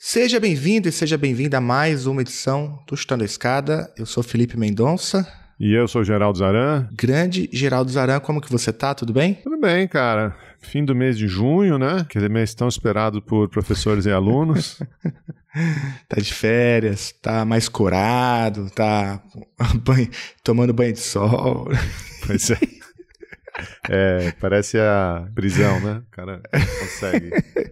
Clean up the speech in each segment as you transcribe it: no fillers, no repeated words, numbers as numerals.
Seja bem-vindo e seja bem-vinda a mais uma edição do Chutando a Escada. Eu sou Felipe Mendonça. E eu sou Geraldo Zaran. Grande Geraldo Zaran, como que você tá? Tudo bem? Tudo bem, cara. Fim do mês de junho, né? Aquele mês tão esperado por professores e alunos. Tá de férias, tá mais corado, tá tomando banho de sol. Pois é. Parece a prisão, né? O cara consegue.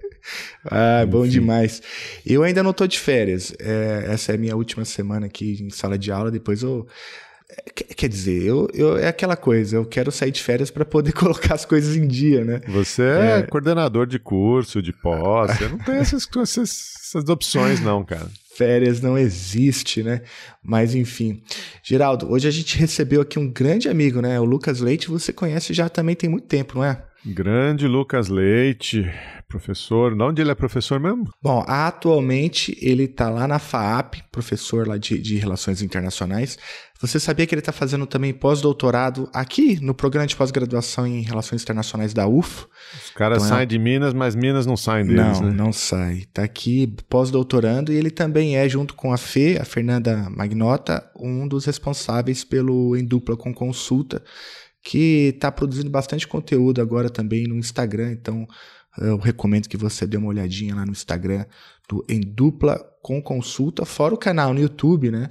Bom demais. Eu ainda não tô de férias. Essa é a minha última semana aqui em sala de aula. Depois eu... Quer dizer, é aquela coisa, eu quero sair de férias para poder colocar as coisas em dia, né? Você é coordenador de curso, de pós, você não tem essas opções não, cara. Férias não existe, né? Mas enfim. Geraldo, hoje a gente recebeu aqui um grande amigo, né? O Lucas Leite, você conhece já também tem muito tempo, não é? Grande Lucas Leite, professor. De onde ele é professor mesmo? Bom, atualmente ele está lá na FAAP, professor lá de Relações Internacionais. Você sabia que ele está fazendo também pós-doutorado aqui no programa de pós-graduação em Relações Internacionais da UF? Os caras então, saem de Minas, mas Minas não saem deles, né? Não sai. Está aqui pós-doutorando e ele também é, junto com a Fernanda Magnota, um dos responsáveis pelo Em Dupla com Consulta, que está produzindo bastante conteúdo agora também no Instagram, então eu recomendo que você dê uma olhadinha lá no Instagram do Em Dupla com Consulta, fora o canal no YouTube, né,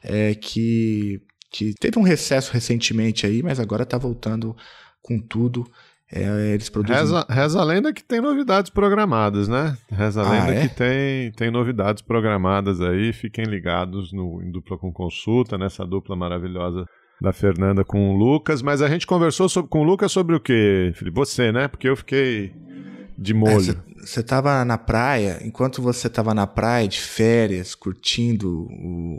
que teve um recesso recentemente aí, mas agora está voltando com tudo. Eles produzem... Reza a lenda que tem novidades programadas, né? Reza a lenda que tem novidades programadas aí, fiquem ligados no Em Dupla com Consulta, nessa dupla maravilhosa da Fernanda com o Lucas, mas a gente conversou com o Lucas sobre o quê, Felipe? Você, né? Porque eu fiquei de molho. Você estava na praia, enquanto você estava na praia de férias, curtindo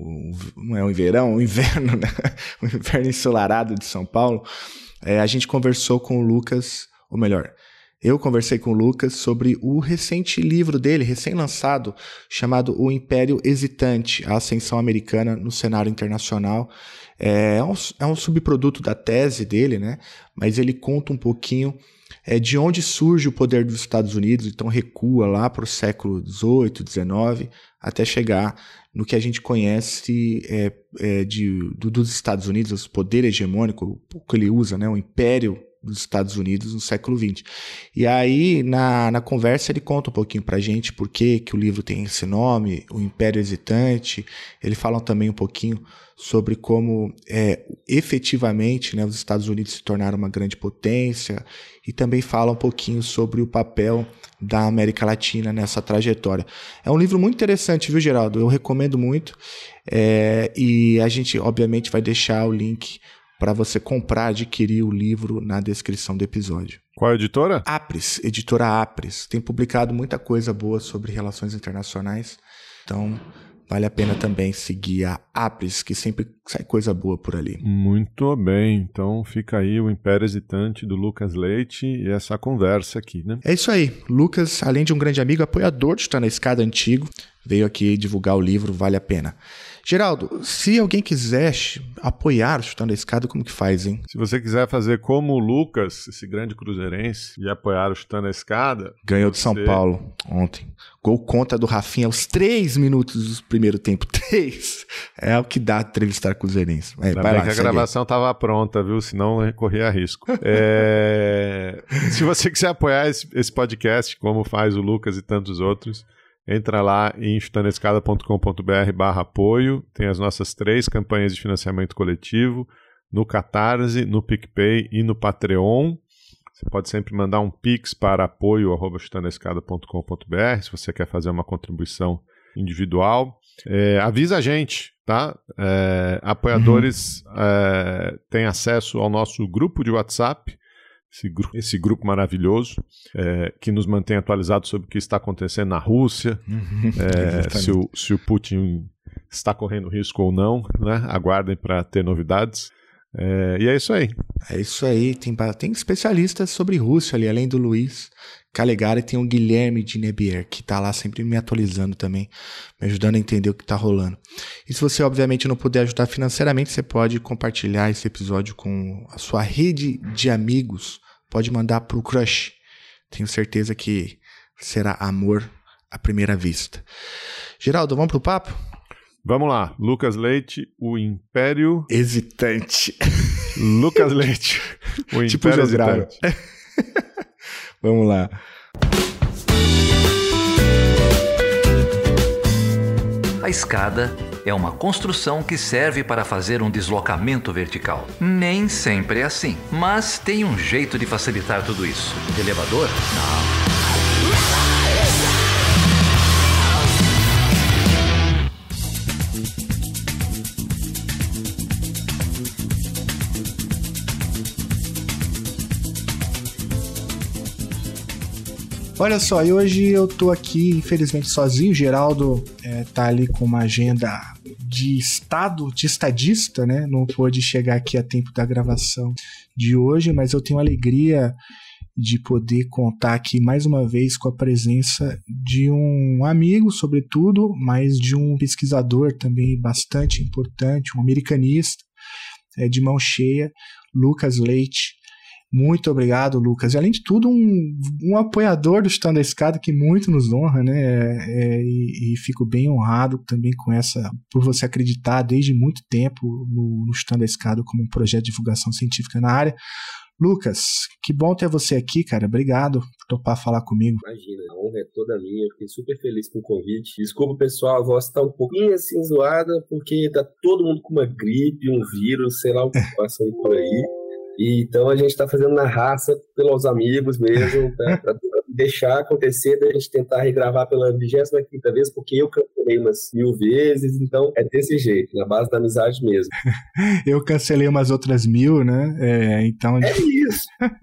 o inverno, né? O inverno ensolarado de São Paulo, a gente conversou com o Lucas, ou melhor, eu conversei com o Lucas sobre o recente livro dele, recém-lançado, chamado O Império Hesitante, a Ascensão Americana no Cenário Internacional. É um subproduto da tese dele, né? Mas ele conta um pouquinho de onde surge o poder dos Estados Unidos, então recua lá para o século XVIII, XIX, até chegar no que a gente conhece dos Estados Unidos, o poder hegemônico, o que ele usa, né? O Império dos Estados Unidos no século XX. E aí, na conversa, ele conta um pouquinho pra gente por que o livro tem esse nome, O Império Hesitante. Ele fala também um pouquinho sobre como efetivamente, né, os Estados Unidos se tornaram uma grande potência, e também fala um pouquinho sobre o papel da América Latina nessa trajetória. É um livro muito interessante, viu, Geraldo? Eu recomendo muito, e a gente, obviamente, vai deixar o link para você comprar, adquirir o livro na descrição do episódio. Qual editora? Apres, editora Apres. Tem publicado muita coisa boa sobre relações internacionais, então vale a pena também seguir a Apres, que sempre sai coisa boa por ali. Muito bem, então fica aí o Império Hesitante do Lucas Leite e essa conversa aqui, né? É isso aí, Lucas, além de um grande amigo, apoiador de Chutando a Escada antigo, veio aqui divulgar o livro, vale a pena. Geraldo, se alguém quiser apoiar o Chutando a Escada, como que faz, hein? Se você quiser fazer como o Lucas, esse grande cruzeirense, e apoiar o Chutando a Escada... Ganhou de São Paulo ontem. Gol contra do Rafinha aos 3 minutos do primeiro tempo. 3! É o que dá entrevistar cruzeirense. Ainda bem que a gravação estava pronta, viu? Senão corria risco. Se você quiser apoiar esse podcast, como faz o Lucas e tantos outros... Entra lá em chutandoescada.com.br/apoio, tem as nossas 3 campanhas de financiamento coletivo, no Catarse, no PicPay e no Patreon. Você pode sempre mandar um pix para apoio@chutandoescada.com.br se você quer fazer uma contribuição individual. Avisa a gente, tá? Apoiadores têm acesso ao nosso grupo de WhatsApp, esse grupo maravilhoso, que nos mantém atualizados sobre o que está acontecendo na Rússia, se o Putin está correndo risco ou não, né? Aguardem para ter novidades. E é isso aí. É isso aí. Tem especialistas sobre Rússia ali, além do Luiz Calegari, tem o Guilherme de Nebier, que está lá sempre me atualizando também, me ajudando a entender o que está rolando. E se você, obviamente, não puder ajudar financeiramente, você pode compartilhar esse episódio com a sua rede de amigos, pode mandar para o crush. Tenho certeza que será amor à primeira vista. Geraldo, vamos pro papo? Vamos lá. Lucas Leite, o Império... Hesitante. Lucas Leite, o tipo Império Hesitante. Vamos lá. A escada é uma construção que serve para fazer um deslocamento vertical. Nem sempre é assim, mas tem um jeito de facilitar tudo isso. Elevador? Não. Olha só, e hoje eu tô aqui, infelizmente, sozinho. O Geraldo tá ali com uma agenda de estadista, né? Não pôde chegar aqui a tempo da gravação de hoje, mas eu tenho a alegria de poder contar aqui mais uma vez com a presença de um amigo, sobretudo, mas de um pesquisador também bastante importante, um americanista, de mão cheia, Lucas Leite. Muito obrigado, Lucas. E, além de tudo, um apoiador do Chutando a Escada que muito nos honra, né? E fico bem honrado também por você acreditar desde muito tempo no Chutando a Escada como um projeto de divulgação científica na área. Lucas, que bom ter você aqui, cara. Obrigado por topar falar comigo. Imagina, a honra é toda minha. Eu fiquei super feliz com o convite. Desculpa, pessoal, a voz tá um pouquinho assim zoada, porque tá todo mundo com uma gripe, um vírus, sei lá o que passando por aí. E então a gente está fazendo na raça, pelos amigos mesmo, para deixar acontecer, da gente tentar regravar pela 25ª vez, porque eu cancelei umas 1000 vezes, então é desse jeito, na base da amizade mesmo. Eu cancelei umas outras 1000, né? Então... É isso!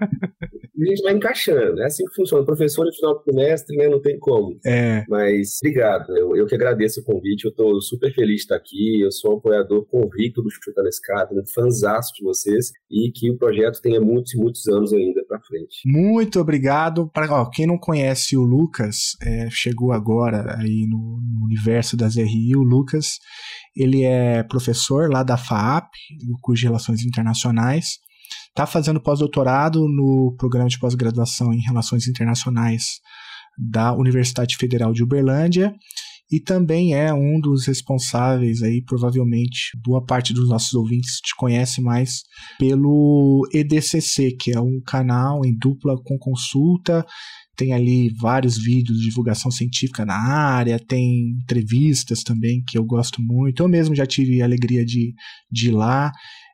A gente vai encaixando, é assim que funciona. Professor de final do trimestre, né? Não tem como. Mas obrigado, eu que agradeço o convite, eu estou super feliz de estar aqui, eu sou um apoiador convicto do Chutando a Escada, um fãzaço de vocês, e que o projeto tenha muitos e muitos anos ainda para frente. Muito obrigado. Quem não conhece o Lucas, chegou agora aí no universo das RI, o Lucas, ele é professor lá da FAAP, do curso de Relações Internacionais. Está fazendo pós-doutorado no programa de pós-graduação em Relações Internacionais da Universidade Federal de Uberlândia e também é um dos responsáveis, aí provavelmente boa parte dos nossos ouvintes te conhece mais pelo EDCC, que é um canal em dupla com consulta. Tem ali vários vídeos de divulgação científica na área, tem entrevistas também que eu gosto muito. Eu mesmo já tive a alegria de ir lá.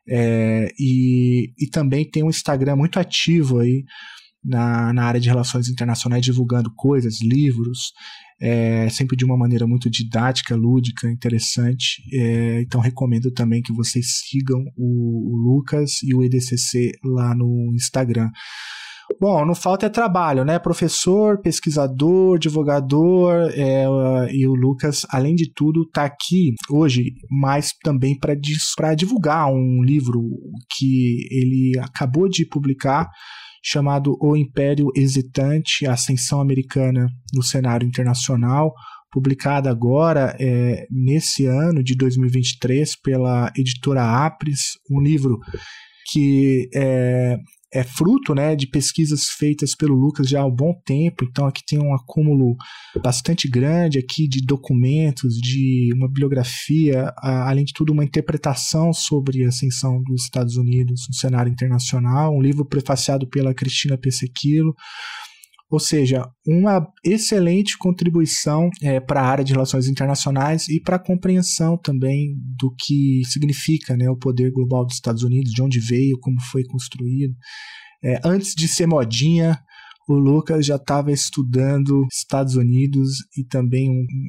E também tem um Instagram muito ativo aí na área de relações internacionais, divulgando coisas, livros, sempre de uma maneira muito didática, lúdica, interessante. Então recomendo também que vocês sigam o Lucas e o EDCC lá no Instagram. Bom, não falta trabalho, né? Professor, pesquisador, divulgador, e o Lucas, além de tudo, está aqui hoje, mas também para divulgar um livro que ele acabou de publicar, chamado O Império Hesitante, a Ascensão Americana no Cenário Internacional, publicada agora, nesse ano de 2023, pela editora Apres, um livro que é fruto, né, de pesquisas feitas pelo Lucas já há um bom tempo. Então aqui tem um acúmulo bastante grande aqui de documentos, de uma bibliografia, além de tudo uma interpretação sobre a ascensão dos Estados Unidos no cenário internacional, um livro prefaciado pela Cristina Pessequilo. Ou seja, uma excelente contribuição para a área de relações internacionais e para a compreensão também do que significa, né, o poder global dos Estados Unidos, de onde veio, como foi construído. Antes de ser modinha, o Lucas já estava estudando Estados Unidos e também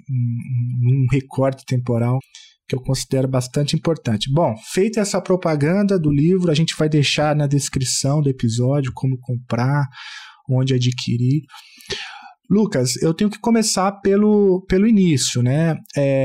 um recorte temporal que eu considero bastante importante. Bom, feita essa propaganda do livro, a gente vai deixar na descrição do episódio como comprar, onde adquirir. Lucas, eu tenho que começar pelo início, né?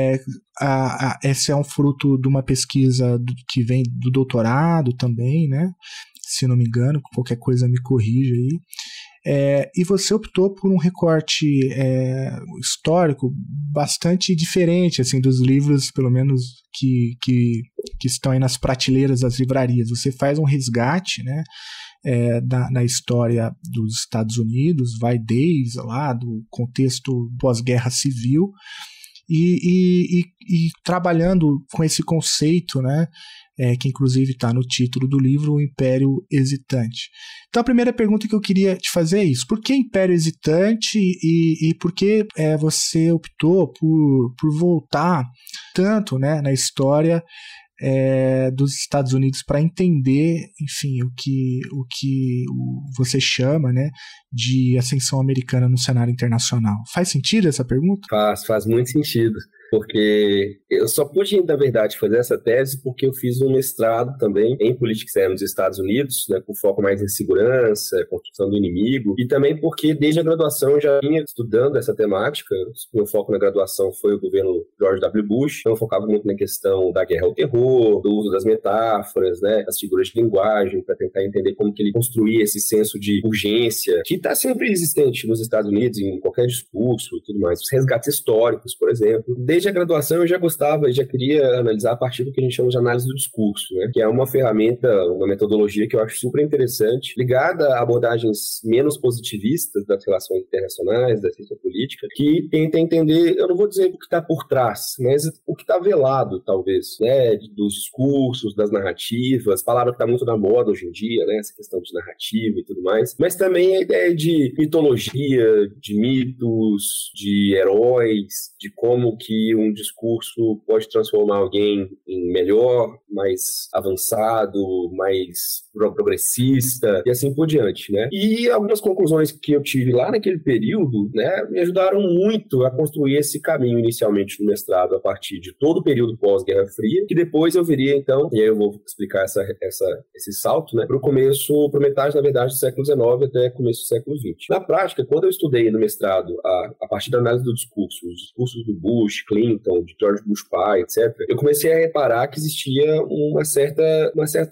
Esse é um fruto de uma pesquisa que vem do doutorado também, né? Se não me engano, qualquer coisa me corrija aí. E você optou por um recorte histórico bastante diferente, assim, dos livros, pelo menos, que estão aí nas prateleiras das livrarias. Você faz um resgate, né? Na história dos Estados Unidos, vai desde lá do contexto pós-guerra civil e trabalhando com esse conceito, né, que inclusive está no título do livro, O Império Hesitante. Então a primeira pergunta que eu queria te fazer é isso: por que Império Hesitante e por que você optou por voltar tanto, né, na história dos Estados Unidos para entender, enfim, o que você chama, né, de ascensão americana no cenário internacional? Faz sentido essa pergunta? Faz muito sentido. Porque eu só pude, na verdade, fazer essa tese porque eu fiz um mestrado também em política externa nos Estados Unidos, né, com foco mais em segurança, construção do inimigo, e também porque desde a graduação eu já vinha estudando essa temática. Meu foco na graduação foi o governo George W. Bush, então eu focava muito na questão da guerra ao terror, do uso das metáforas, né, das figuras de linguagem, para tentar entender como que ele construía esse senso de urgência, que está sempre existente nos Estados Unidos, em qualquer discurso e tudo mais. Os resgates históricos, por exemplo. Desde a graduação eu já gostava e já queria analisar a partir do que a gente chama de análise do discurso, né? Que é uma ferramenta, uma metodologia que eu acho super interessante, ligada a abordagens menos positivistas das relações internacionais, da ciência política, que tenta entender, eu não vou dizer o que está por trás, mas o que está velado, talvez, né? Dos discursos, das narrativas, palavra que está muito na moda hoje em dia, né? Essa questão de narrativa e tudo mais, mas também a ideia de mitologia, de mitos, de heróis, de como que um discurso pode transformar alguém em melhor, mais avançado, mais progressista e assim por diante, né? E algumas conclusões que eu tive lá naquele período, né, me ajudaram muito a construir esse caminho inicialmente no mestrado a partir de todo o período pós-Guerra Fria, que depois eu viria então, e aí eu vou explicar esse salto, né, para o começo, para metade, na verdade, do século XIX até começo do século XX. Na prática, quando eu estudei no mestrado a partir da análise do discurso, os discursos do Bush, Clinton, de George Bush pai, etc., eu comecei a reparar que existia uma certa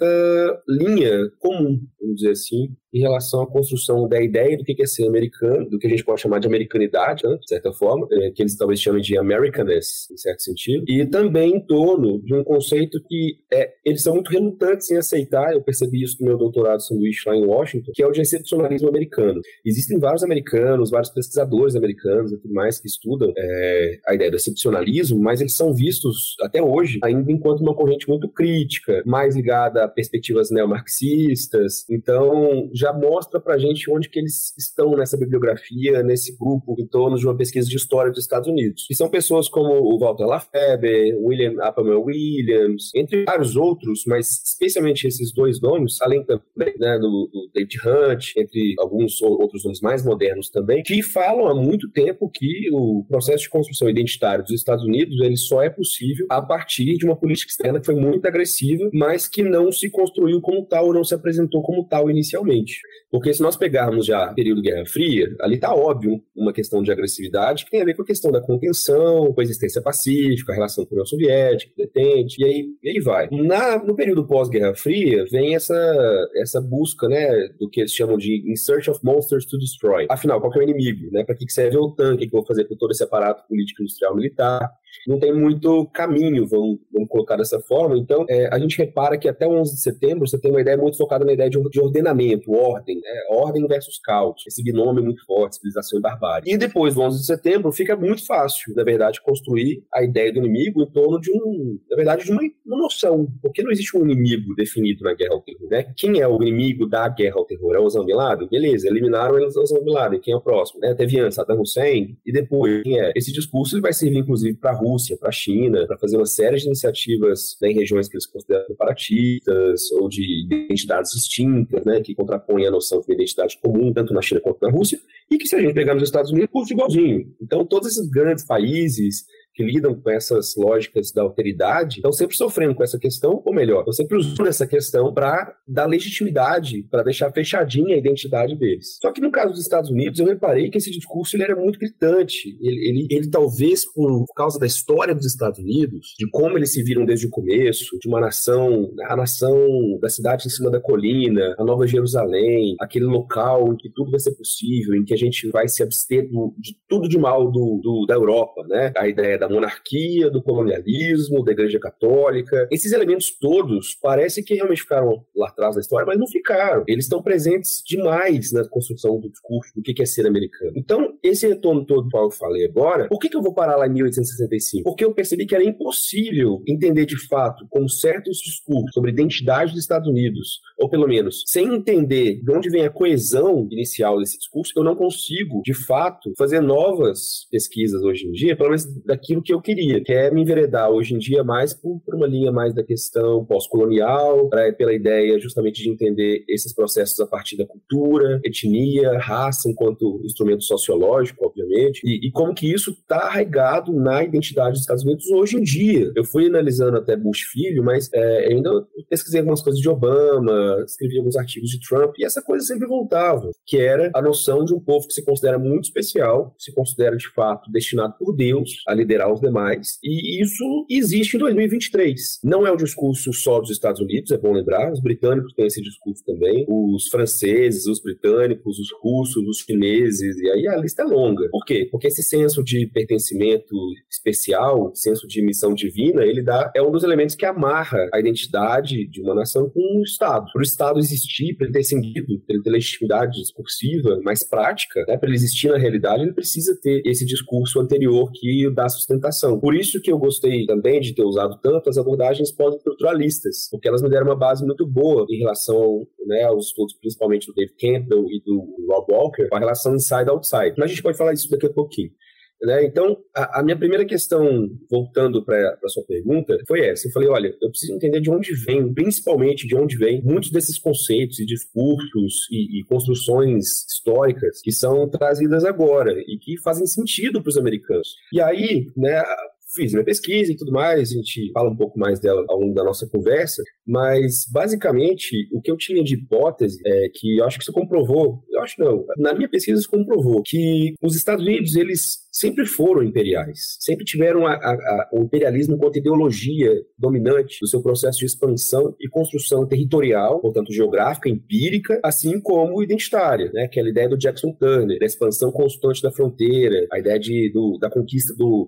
linha comum, vamos dizer assim, em relação à construção da ideia do que é ser americano, do que a gente pode chamar de americanidade, né, de certa forma, que eles talvez chamem de Americanness, em certo sentido, e também em torno de um conceito que eles são muito relutantes em aceitar. Eu percebi isso no meu doutorado de sanduíche lá em Washington, que é o de excepcionalismo americano. Existem vários americanos, vários pesquisadores americanos e tudo mais que estudam a ideia do excepcionalismo, mas eles são vistos até hoje ainda enquanto uma corrente muito crítica, mais ligada a perspectivas neomarxistas. Então já mostra pra gente onde que eles estão nessa bibliografia, nesse grupo, em torno de uma pesquisa de história dos Estados Unidos. E são pessoas como o Walter Lafeber, William Appleman Williams, entre vários outros, mas especialmente esses dois nomes, além também, né, do David Hunt, entre alguns outros nomes mais modernos também, que falam há muito tempo que o processo de construção identitária dos Estados Unidos ele só é possível a partir de uma política externa que foi muito agressiva, mas que não se construiu como tal, ou não se apresentou como tal inicialmente. Porque se nós pegarmos já o período Guerra Fria, ali está óbvio uma questão de agressividade que tem a ver com a questão da contenção, coexistência pacífica, a relação com a União Soviética, detente, e aí vai. No período pós-Guerra Fria, vem essa busca, né, do que eles chamam de In Search of Monsters to Destroy. Afinal, qual que é o inimigo? Né? Para que serve a OTAN? O que eu vou fazer com todo esse aparato político, industrial, militar? Não tem muito caminho, vamos colocar dessa forma. Então, a gente repara que até o 11 de setembro você tem uma ideia muito focada na ideia de ordenamento, ordem, né? Ordem versus caos. Esse binômio muito forte, civilização e barbárie. E depois do 11 de setembro fica muito fácil, na verdade, construir a ideia do inimigo em torno de uma noção. Porque não existe um inimigo definido na guerra ao terror, né? Quem é o inimigo da guerra ao terror? É o Osama Bin Laden? Beleza, eliminaram o Osama Bin Laden. Quem é o próximo? Teve antes Saddam Hussein. E depois, quem é? Esse discurso ele vai servir, inclusive, para a Rússia, para a China, para fazer uma série de iniciativas, né, em regiões que eles consideram separatistas ou de identidades distintas, né, que contrapõem a noção de uma identidade comum, tanto na China quanto na Rússia, e que se a gente pegar nos Estados Unidos, custa igualzinho. Então, todos esses grandes países que lidam com essas lógicas da alteridade estão sempre sofrendo com essa questão, ou melhor, estão sempre usando essa questão para dar legitimidade, para deixar fechadinha a identidade deles. Só que no caso dos Estados Unidos, eu reparei que esse discurso ele era muito gritante. Ele talvez por causa da história dos Estados Unidos, de como eles se viram desde o começo, de uma nação, a nação da cidade em cima da colina, a Nova Jerusalém, aquele local em que tudo vai ser possível, em que a gente vai se abster de tudo de mal da Europa, né? A ideia da da monarquia, do colonialismo, da Igreja Católica. Esses elementos todos parecem que realmente ficaram lá atrás na história, mas não ficaram. Eles estão presentes demais na construção do discurso do que é ser americano. Então, esse retorno todo do qual eu falei agora, por que eu vou parar lá em 1865? Porque eu percebi que era impossível entender de fato como certos discursos sobre identidade dos Estados Unidos, ou pelo menos, sem entender de onde vem a coesão inicial desse discurso, eu não consigo, de fato, fazer novas pesquisas hoje em dia, pelo menos daquilo que eu queria, que é me enveredar hoje em dia mais por uma linha mais da questão pós-colonial, pela ideia justamente de entender esses processos a partir da cultura, etnia, raça, enquanto instrumento sociológico, obviamente, e como que isso está arraigado na identidade dos Estados Unidos hoje em dia. Eu fui analisando até Bush filho, mas ainda pesquisei algumas coisas de Obama, escrevi alguns artigos de Trump, e essa coisa sempre voltava, que era a noção de um povo que se considera muito especial, se considera de fato destinado por Deus a liderar os demais, e isso existe em 2023. Não é um discurso só dos Estados Unidos, é bom lembrar, os britânicos têm esse discurso também, os franceses, os britânicos, os russos, os chineses, e aí a lista é longa. Por quê? Porque esse senso de pertencimento especial, senso de missão divina, é um dos elementos que amarra a identidade de uma nação com um Estado. Para o Estado existir, para ele ter sentido, para ele ter legitimidade discursiva mais prática, né, para ele existir na realidade, ele precisa ter esse discurso anterior que dá sustentação. Por isso que eu gostei também de ter usado tanto as abordagens pós-estruturalistas, porque elas me deram uma base muito boa em relação, né, aos estudos, principalmente do Dave Campbell e do Rob Walker, com a relação inside-outside. Mas a gente pode falar isso daqui a pouquinho. Né? Então, a minha primeira questão, voltando para a sua pergunta, foi essa. Eu falei, olha, eu preciso entender de onde vem, principalmente de onde vem muitos desses conceitos e discursos e construções históricas que são trazidas agora e que fazem sentido para os americanos. E aí, né, fiz minha pesquisa e tudo mais, a gente fala um pouco mais dela ao longo da nossa conversa, mas basicamente o que eu tinha de hipótese é que eu acho que isso comprovou, eu acho não, na minha pesquisa isso comprovou que os Estados Unidos, eles sempre foram imperiais, sempre tiveram o imperialismo enquanto ideologia dominante do seu processo de expansão e construção territorial, portanto geográfica, empírica, assim como identitária, né, que é a ideia do Jackson Turner, da expansão constante da fronteira, a ideia da conquista do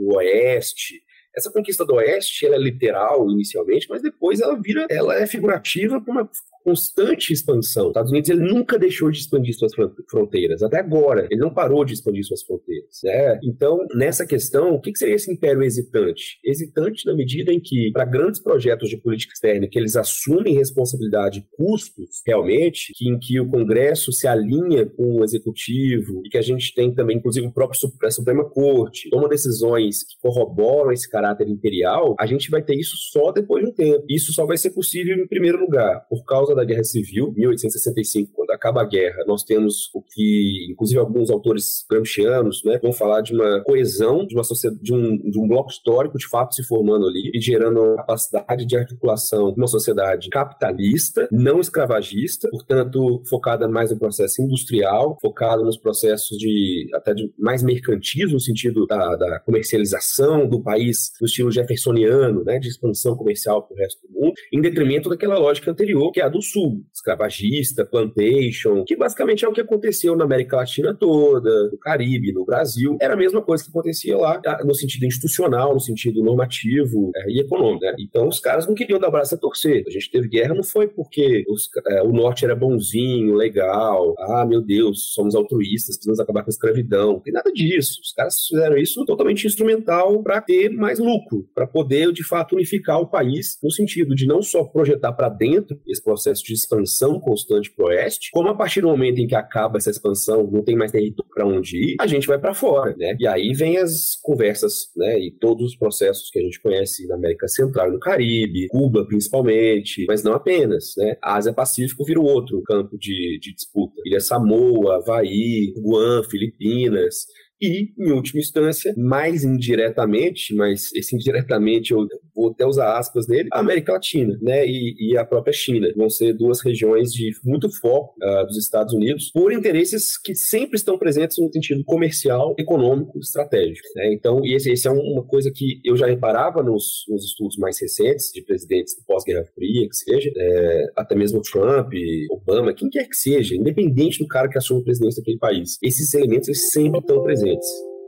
Oeste. Essa conquista do Oeste, ela é literal inicialmente, mas depois ela é figurativa para uma constante expansão. Os Estados Unidos, ele nunca deixou de expandir suas fronteiras, até agora, ele não parou de expandir suas fronteiras, né? Então, nessa questão, o que seria esse império hesitante? Hesitante na medida em que, para grandes projetos de política externa, que eles assumem responsabilidade e custos, realmente, em que o Congresso se alinha com o Executivo, e que a gente tem também, inclusive, a Suprema Corte, toma decisões que corroboram esse caráter imperial, a gente vai ter isso só depois de um tempo. Isso só vai ser possível, em primeiro lugar, por causa da Guerra Civil, 1865, quando acaba a guerra, nós temos o que, inclusive, alguns autores gramscianos, né, vão falar de uma coesão, de uma sociedade, de um bloco histórico, de fato, se formando ali, e gerando uma capacidade de articulação de uma sociedade capitalista, não escravagista, portanto, focada mais no processo industrial, focada nos processos de mais mercantismo, no sentido da comercialização do país, no estilo jeffersoniano, né, de expansão comercial para o resto do mundo, em detrimento daquela lógica anterior, que é a do Sul, escravagista, plantation, que basicamente é o que aconteceu na América Latina toda, no Caribe, no Brasil. Era a mesma coisa que acontecia lá, no sentido institucional, no sentido normativo e econômico, né? Então os caras não queriam dar braço a torcer. A gente teve guerra não foi porque o Norte era bonzinho, legal, meu Deus, somos altruístas, precisamos acabar com a escravidão. Não tem nada disso. Os caras fizeram isso totalmente instrumental para ter mais lucro, para poder, de fato, unificar o país, no sentido de não só projetar para dentro esse processo de expansão constante para o oeste, como a partir do momento em que acaba essa expansão, não tem mais território para onde ir, a gente vai para fora, né? E aí vem as conversas, né? E todos os processos que a gente conhece na América Central e no Caribe, Cuba principalmente, mas não apenas, né? A Ásia-Pacífico vira o outro campo de disputa. Ilha Samoa, Havaí, Guam, Filipinas. E, em última instância, mais indiretamente, mas esse indiretamente eu vou até usar aspas nele, a América Latina, né, e a própria China. Vão ser duas regiões de muito foco dos Estados Unidos, por interesses que sempre estão presentes no sentido comercial, econômico, estratégico, né? Então, esse é uma coisa que eu já reparava nos estudos mais recentes de presidentes do pós-Guerra Fria, que seja, até mesmo Trump, Obama, quem quer que seja, independente do cara que assume a presidência daquele país. Esses elementos eles sempre estão presentes.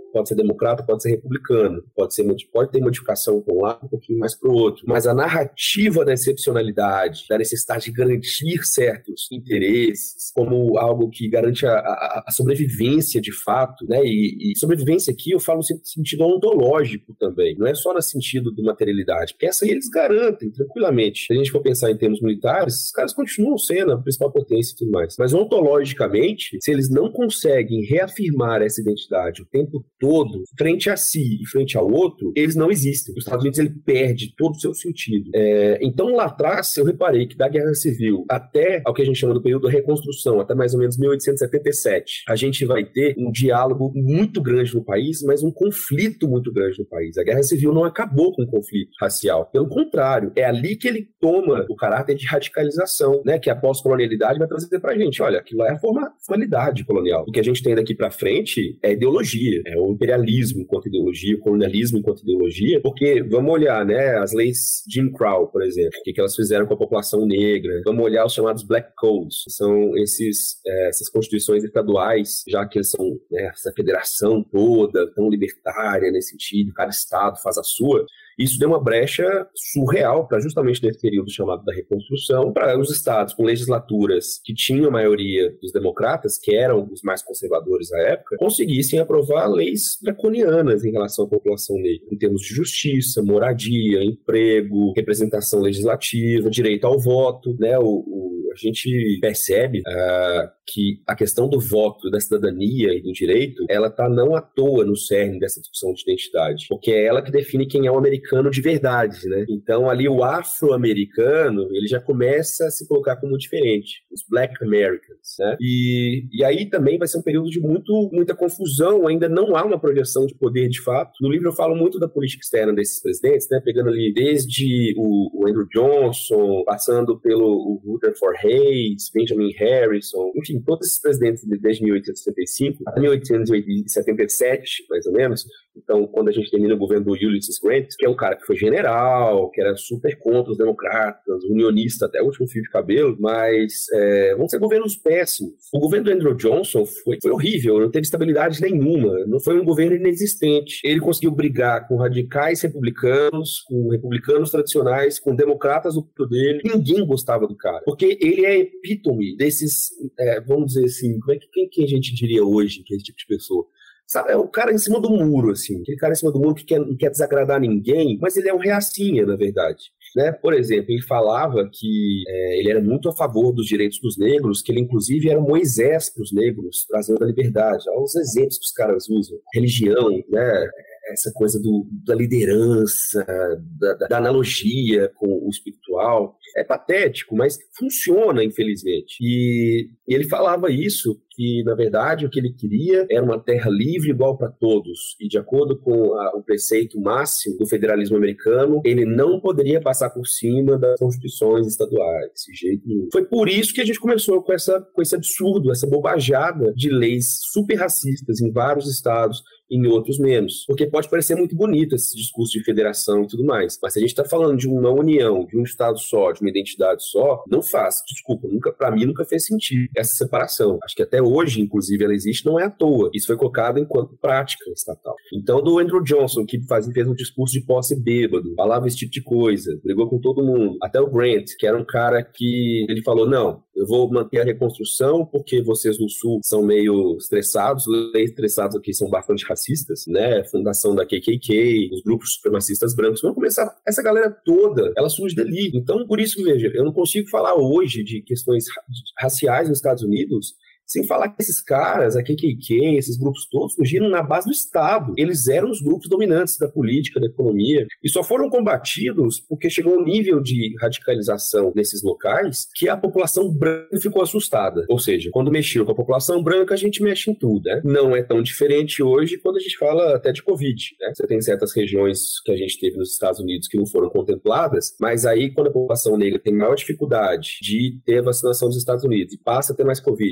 pode ser democrata, pode ser republicano, pode ter modificação para um lado, um pouquinho mais para o outro, mas a narrativa da excepcionalidade, da necessidade de garantir certos interesses, como algo que garante a sobrevivência de fato, né? E sobrevivência aqui eu falo no sentido ontológico também, não é só no sentido de materialidade, porque essa aí eles garantem tranquilamente. Se a gente for pensar em termos militares, esses caras continuam sendo a principal potência e tudo mais, mas ontologicamente, se eles não conseguem reafirmar essa identidade o tempo todo, frente a si e frente ao outro, eles não existem. Os Estados Unidos, ele perde todo o seu sentido. Então, lá atrás, eu reparei que da Guerra Civil até ao que a gente chama do período da reconstrução, até mais ou menos 1877, a gente vai ter um diálogo muito grande no país, mas um conflito muito grande no país. A Guerra Civil não acabou com o conflito racial. Pelo contrário, é ali que ele toma o caráter de radicalização, né, que a pós-colonialidade vai trazer pra gente. Olha, aquilo é a formalidade colonial. O que a gente tem daqui pra frente é ideologia, é o imperialismo enquanto ideologia, o colonialismo enquanto ideologia, porque vamos olhar, né, as leis Jim Crow, por exemplo, o que elas fizeram com a população negra, vamos olhar os chamados Black Codes, que são essas constituições estaduais, já que eles são, né, essa federação toda, tão libertária nesse sentido, cada estado faz a sua. Isso deu uma brecha surreal para justamente nesse período chamado da reconstrução, para os estados com legislaturas que tinham a maioria dos democratas, que eram os mais conservadores da época, conseguissem aprovar leis draconianas em relação à população negra, em termos de justiça, moradia, emprego, representação legislativa, direito ao voto, né? A gente percebe que a questão do voto, da cidadania e do direito, ela está não à toa no cerne dessa discussão de identidade, porque é ela que define quem é o americano de verdade, né? Então ali o afro-americano, ele já começa a se colocar como diferente, os Black Americans, né? E aí também vai ser um período de muita confusão, ainda não há uma projeção de poder de fato. No livro eu falo muito da política externa desses presidentes, né? Pegando ali desde o Andrew Johnson, passando pelo Rutherford Hayes, Benjamin Harrison, enfim, todos esses presidentes desde 1875 até 1877, mais ou menos. Então, quando a gente termina o governo do Ulysses Grant, que é um cara que foi general, que era super contra os democratas, unionista até o último fio de cabelo, mas vão ser governos péssimos. O governo do Andrew Johnson foi horrível, não teve estabilidade nenhuma, não foi um governo inexistente. Ele conseguiu brigar com radicais republicanos, com republicanos tradicionais, com democratas do poder. Ninguém gostava do cara, porque ele é epítome desses, vamos dizer assim, quem que a gente diria hoje que é esse tipo de pessoa? Sabe, é o cara em cima do muro, assim, aquele cara em cima do muro que não quer desagradar ninguém, mas ele é um reacinha, na verdade. Né? Por exemplo, ele falava que ele era muito a favor dos direitos dos negros, que ele inclusive era Moisés para os negros, trazendo a liberdade. Olha os exemplos que os caras usam. Religião, né? Essa coisa da liderança, da analogia com o espiritual. É patético, mas funciona, infelizmente. E ele falava isso, que, na verdade, o que ele queria era uma terra livre igual para todos. E, de acordo com o preceito máximo do federalismo americano, ele não poderia passar por cima das constituições estaduais, de jeito nenhum. Foi por isso que a gente começou com esse absurdo, essa bobajada de leis super racistas em vários estados, em outros menos. Porque pode parecer muito bonito esse discurso de federação e tudo mais, mas se a gente está falando de uma união, de um estado só, de uma identidade só, não faz. Desculpa, para mim nunca fez sentido essa separação. Acho que até hoje, inclusive, ela existe, não é à toa. Isso foi colocado enquanto prática estatal. Então, do Andrew Johnson, que fez um discurso de posse bêbado, falava esse tipo de coisa, brigou com todo mundo. Até o Grant, que era um cara que ele falou, não, eu vou manter a reconstrução porque vocês no Sul são meio estressados, leis estressados aqui são bastante racistas, né? Fundação da KKK, os grupos supremacistas brancos, vão começar, essa galera toda, ela surge dali. Então, por isso, veja, eu não consigo falar hoje de questões raciais nos Estados Unidos sem falar que esses caras, a KKK, esses grupos todos, surgiram na base do Estado. Eles eram os grupos dominantes da política, da economia, e só foram combatidos porque chegou um nível de radicalização nesses locais que a população branca ficou assustada. Ou seja, quando mexeu com a população branca, a gente mexe em tudo, né? Não é tão diferente hoje quando a gente fala até de Covid, né? Você tem certas regiões que a gente teve nos Estados Unidos que não foram contempladas, mas aí quando a população negra tem maior dificuldade de ter a vacinação dos Estados Unidos e passa a ter mais Covid, isso aumenta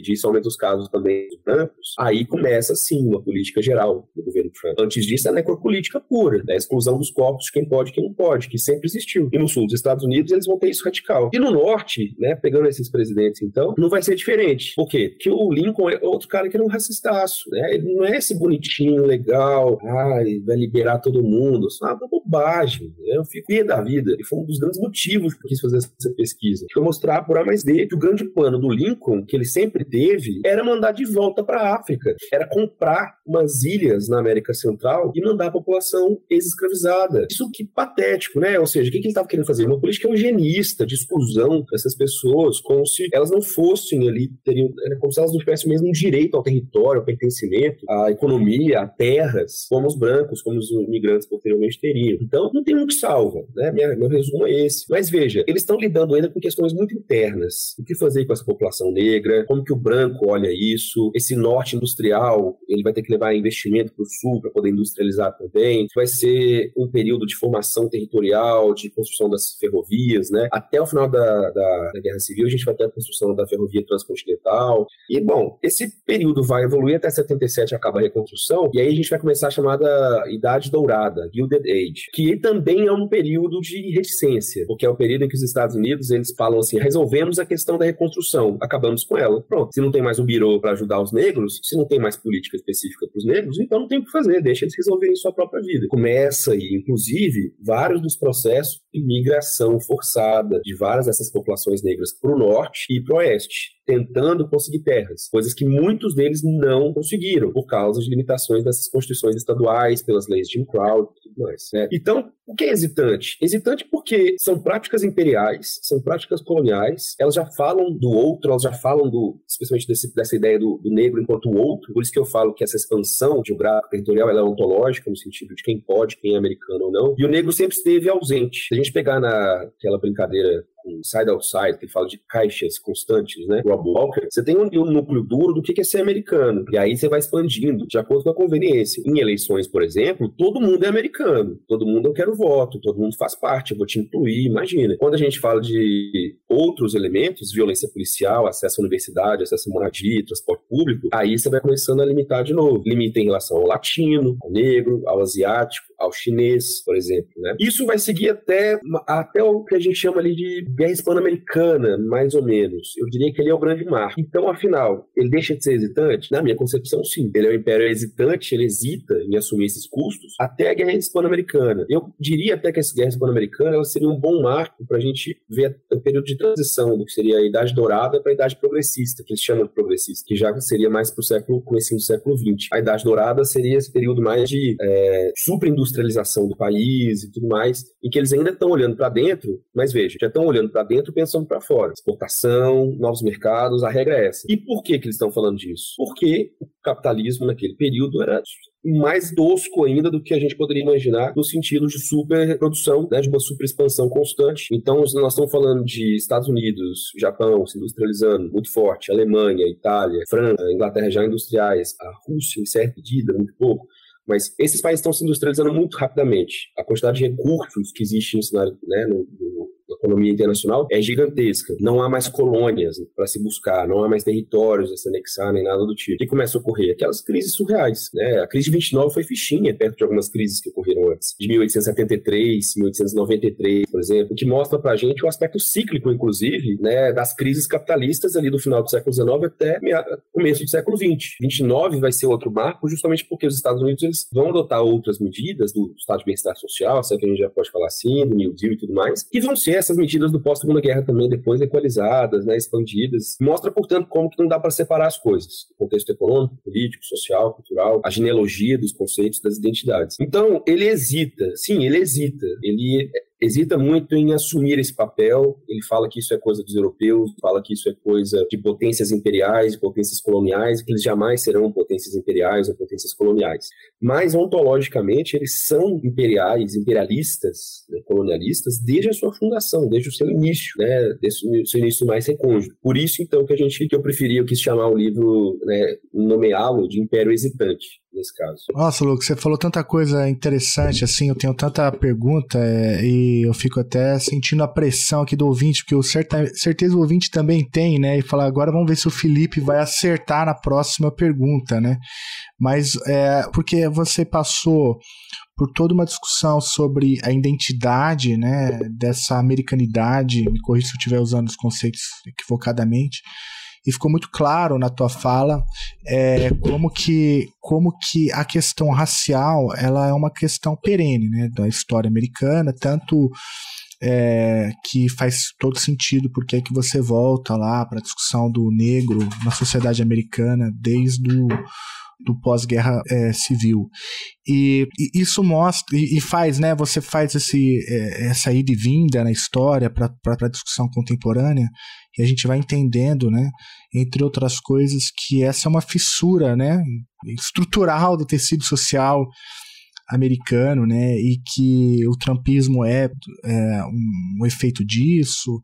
dos casos também dos brancos, aí começa, sim, uma política geral do governo Trump. Antes disso, é necropolítica pura, né? A exclusão dos corpos de quem pode e quem não pode, que sempre existiu. E no sul dos Estados Unidos, eles vão ter isso radical. E no norte, né, pegando esses presidentes, então, não vai ser diferente. Por quê? Porque o Lincoln é outro cara que era um racistaço, né? Ele não é esse bonitinho, legal, vai liberar todo mundo. Isso é uma bobagem, né? Eu fico da vida. E foi um dos grandes motivos que eu quis fazer essa pesquisa. Foi mostrar por A mais D que o grande plano do Lincoln, que ele sempre teve, era mandar de volta para a África. Era comprar umas ilhas na América Central e mandar a população ex-escravizada. Isso que patético, né? Ou seja, o que ele estava querendo fazer? Uma política eugenista, de exclusão dessas pessoas, como se elas não fossem ali, como se elas não tivessem o mesmo direito ao território, ao pertencimento, à economia, a terras, como os brancos, como os imigrantes posteriormente teriam. Então, não tem um que salva, né? Meu resumo é esse. Mas veja, eles estão lidando ainda com questões muito internas. O que fazer com essa população negra? Como que o branco olha isso? Esse norte industrial, ele vai ter que levar investimento para o sul para poder industrializar também. Vai ser um período de formação territorial, de construção das ferrovias, né? Até o final da Guerra Civil, a gente vai ter a construção da ferrovia transcontinental. E, bom, esse período vai evoluir até 77, acaba a reconstrução, e aí a gente vai começar a chamada Idade Dourada, Gilded Age, que também é um período de reticência, porque é o período em que os Estados Unidos, eles falam assim, resolvemos a questão da reconstrução, acabamos com ela. Pronto, se não tem mais um birô para ajudar os negros, se não tem mais política específica para os negros, então não tem o que fazer, deixa eles resolverem sua própria vida. Começa aí, inclusive, vários dos processos de migração forçada de várias dessas populações negras para o norte e para o oeste, tentando conseguir terras, coisas que muitos deles não conseguiram, por causa de limitações dessas constituições estaduais, pelas leis de Jim Crow e tudo mais, né? Então, o que é hesitante? Hesitante porque são práticas imperiais, são práticas coloniais, elas já falam do outro, elas já falam especialmente dessa ideia do negro enquanto o outro, por isso que eu falo que essa expansão geográfica territorial, ela é ontológica, no sentido de quem pode, quem é americano ou não, e o negro sempre esteve ausente. Se a gente pegar naquela brincadeira Side Outside, que fala de caixas constantes, né? Rob Walker, você tem um núcleo duro do que é ser americano. E aí você vai expandindo de acordo com a conveniência. Em eleições, por exemplo, todo mundo é americano. Todo mundo eu quero voto, todo mundo faz parte, eu vou te incluir, imagina. Quando a gente fala de outros elementos, violência policial, acesso à universidade, acesso à moradia, transporte público, aí você vai começando a limitar de novo. Limita em relação ao latino, ao negro, ao asiático, ao chinês, por exemplo, né? Isso vai seguir até o que a gente chama ali de Guerra Hispano-Americana, mais ou menos. Eu diria que ele é o grande marco. Então, afinal, ele deixa de ser hesitante? Na minha concepção, sim. Ele é um império hesitante, ele hesita em assumir esses custos até a Guerra Hispano-Americana. Eu diria até que essa Guerra Hispano-Americana seria um bom marco para a gente ver o período de transição do que seria a Idade Dourada para a Idade Progressista, que eles chamam de progressista, que já seria mais para o comecinho do século XX. A Idade Dourada seria esse período mais de superindustrialização do país e tudo mais, em que eles ainda estão olhando para dentro, mas veja, já estão olhando para dentro pensando para fora. Exportação, novos mercados, a regra é essa. E por que eles estão falando disso? Porque o capitalismo naquele período era mais tosco ainda do que a gente poderia imaginar no sentido de superprodução, né, de uma superexpansão constante. Então, nós estamos falando de Estados Unidos, Japão se industrializando muito forte, Alemanha, Itália, França, Inglaterra já industriais, a Rússia em certa medida, muito pouco. Mas esses países estão se industrializando muito rapidamente. A quantidade de recursos que existe na economia internacional é gigantesca. Não há mais colônias para se buscar, não há mais territórios a se anexar, nem nada do tipo. O que começa a ocorrer? Aquelas crises surreais, né? A crise de 29 foi fichinha, perto de algumas crises que ocorreram antes. De 1873, 1893, por exemplo, o que mostra pra gente o aspecto cíclico, inclusive, né, das crises capitalistas ali do final do século XIX até começo do século XX. 29 vai ser outro marco, justamente porque os Estados Unidos eles vão adotar outras medidas do Estado de Bem-Estar Social, se é que a gente já pode falar assim, do New Deal e tudo mais, que vão ser essas medidas do pós-Segunda Guerra também, depois equalizadas, né, expandidas. Mostra, portanto, como que não dá para separar as coisas. O contexto econômico, político, social, cultural, a genealogia dos conceitos, das identidades. Então, ele hesita. Sim, ele hesita. Ele hesita muito em assumir esse papel. Ele fala que isso é coisa dos europeus, fala que isso é coisa de potências imperiais, de potências coloniais, que eles jamais serão potências imperiais ou potências coloniais. Mas, ontologicamente, eles são imperiais, imperialistas, né, colonialistas, desde a sua fundação, desde o seu início, né, desde o seu início mais recôndito. Por isso, então, que eu preferi, eu quis chamar o livro, né, nomeá-lo de Império Hesitante. nesse caso. Nossa, Lucas, você falou tanta coisa interessante, assim, eu tenho tanta pergunta e eu fico até sentindo a pressão aqui do ouvinte, porque eu certeza o ouvinte também tem, né? E falar, agora vamos ver se o Felipe vai acertar na próxima pergunta, né? Mas porque você passou por toda uma discussão sobre a identidade, né, dessa americanidade, me corrija se eu estiver usando os conceitos equivocadamente, e ficou muito claro na tua fala como que a questão racial ela é uma questão perene, né, da história americana, tanto que faz todo sentido porque é que você volta lá para a discussão do negro na sociedade americana desde do pós-guerra civil. E isso mostra, e faz, né, você faz essa ida e vinda na história para a discussão contemporânea, e a gente vai entendendo, né, entre outras coisas, que essa é uma fissura, né, estrutural do tecido social americano, né, e que o trumpismo é um efeito disso,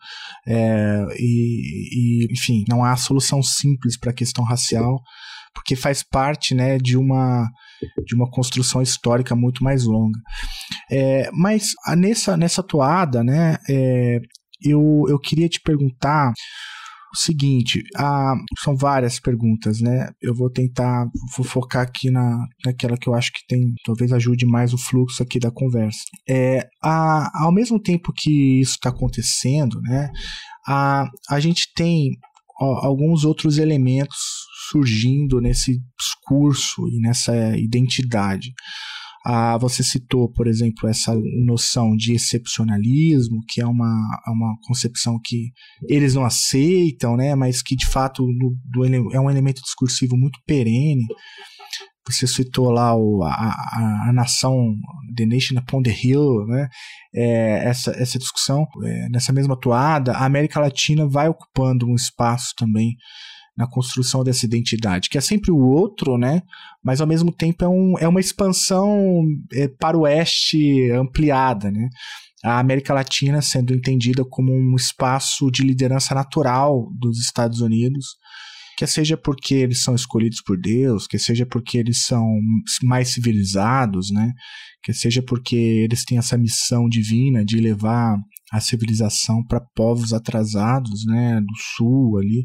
enfim, não há solução simples para a questão racial, porque faz parte, né, de uma construção histórica muito mais longa. Mas nessa toada, né, eu queria te perguntar o seguinte, são várias perguntas, né? Eu vou focar aqui naquela que eu acho que talvez ajude mais o fluxo aqui da conversa. Ao mesmo tempo que isso está acontecendo, né, a gente tem alguns outros elementos surgindo nesse discurso e nessa identidade. Você citou, por exemplo, essa noção de excepcionalismo, que é uma concepção que eles não aceitam, né, mas que de fato é um elemento discursivo muito perene. Você citou lá a nação, The Nation Upon the Hill, né? Essa discussão, nessa mesma toada, a América Latina vai ocupando um espaço também na construção dessa identidade, que é sempre o outro, né? Mas ao mesmo tempo é uma expansão para o oeste ampliada, né? A América Latina sendo entendida como um espaço de liderança natural dos Estados Unidos, quer seja porque eles são escolhidos por Deus, quer seja porque eles são mais civilizados, né? Quer seja porque eles têm essa missão divina de levar a civilização para povos atrasados, né, do sul ali.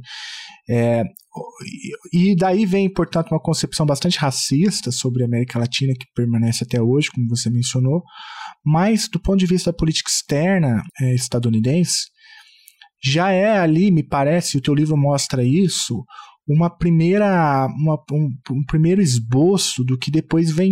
E daí vem, portanto, uma concepção bastante racista sobre a América Latina que permanece até hoje, como você mencionou, mas do ponto de vista da política externa estadunidense, já é ali, me parece, o teu livro mostra isso, um primeiro esboço do que depois vem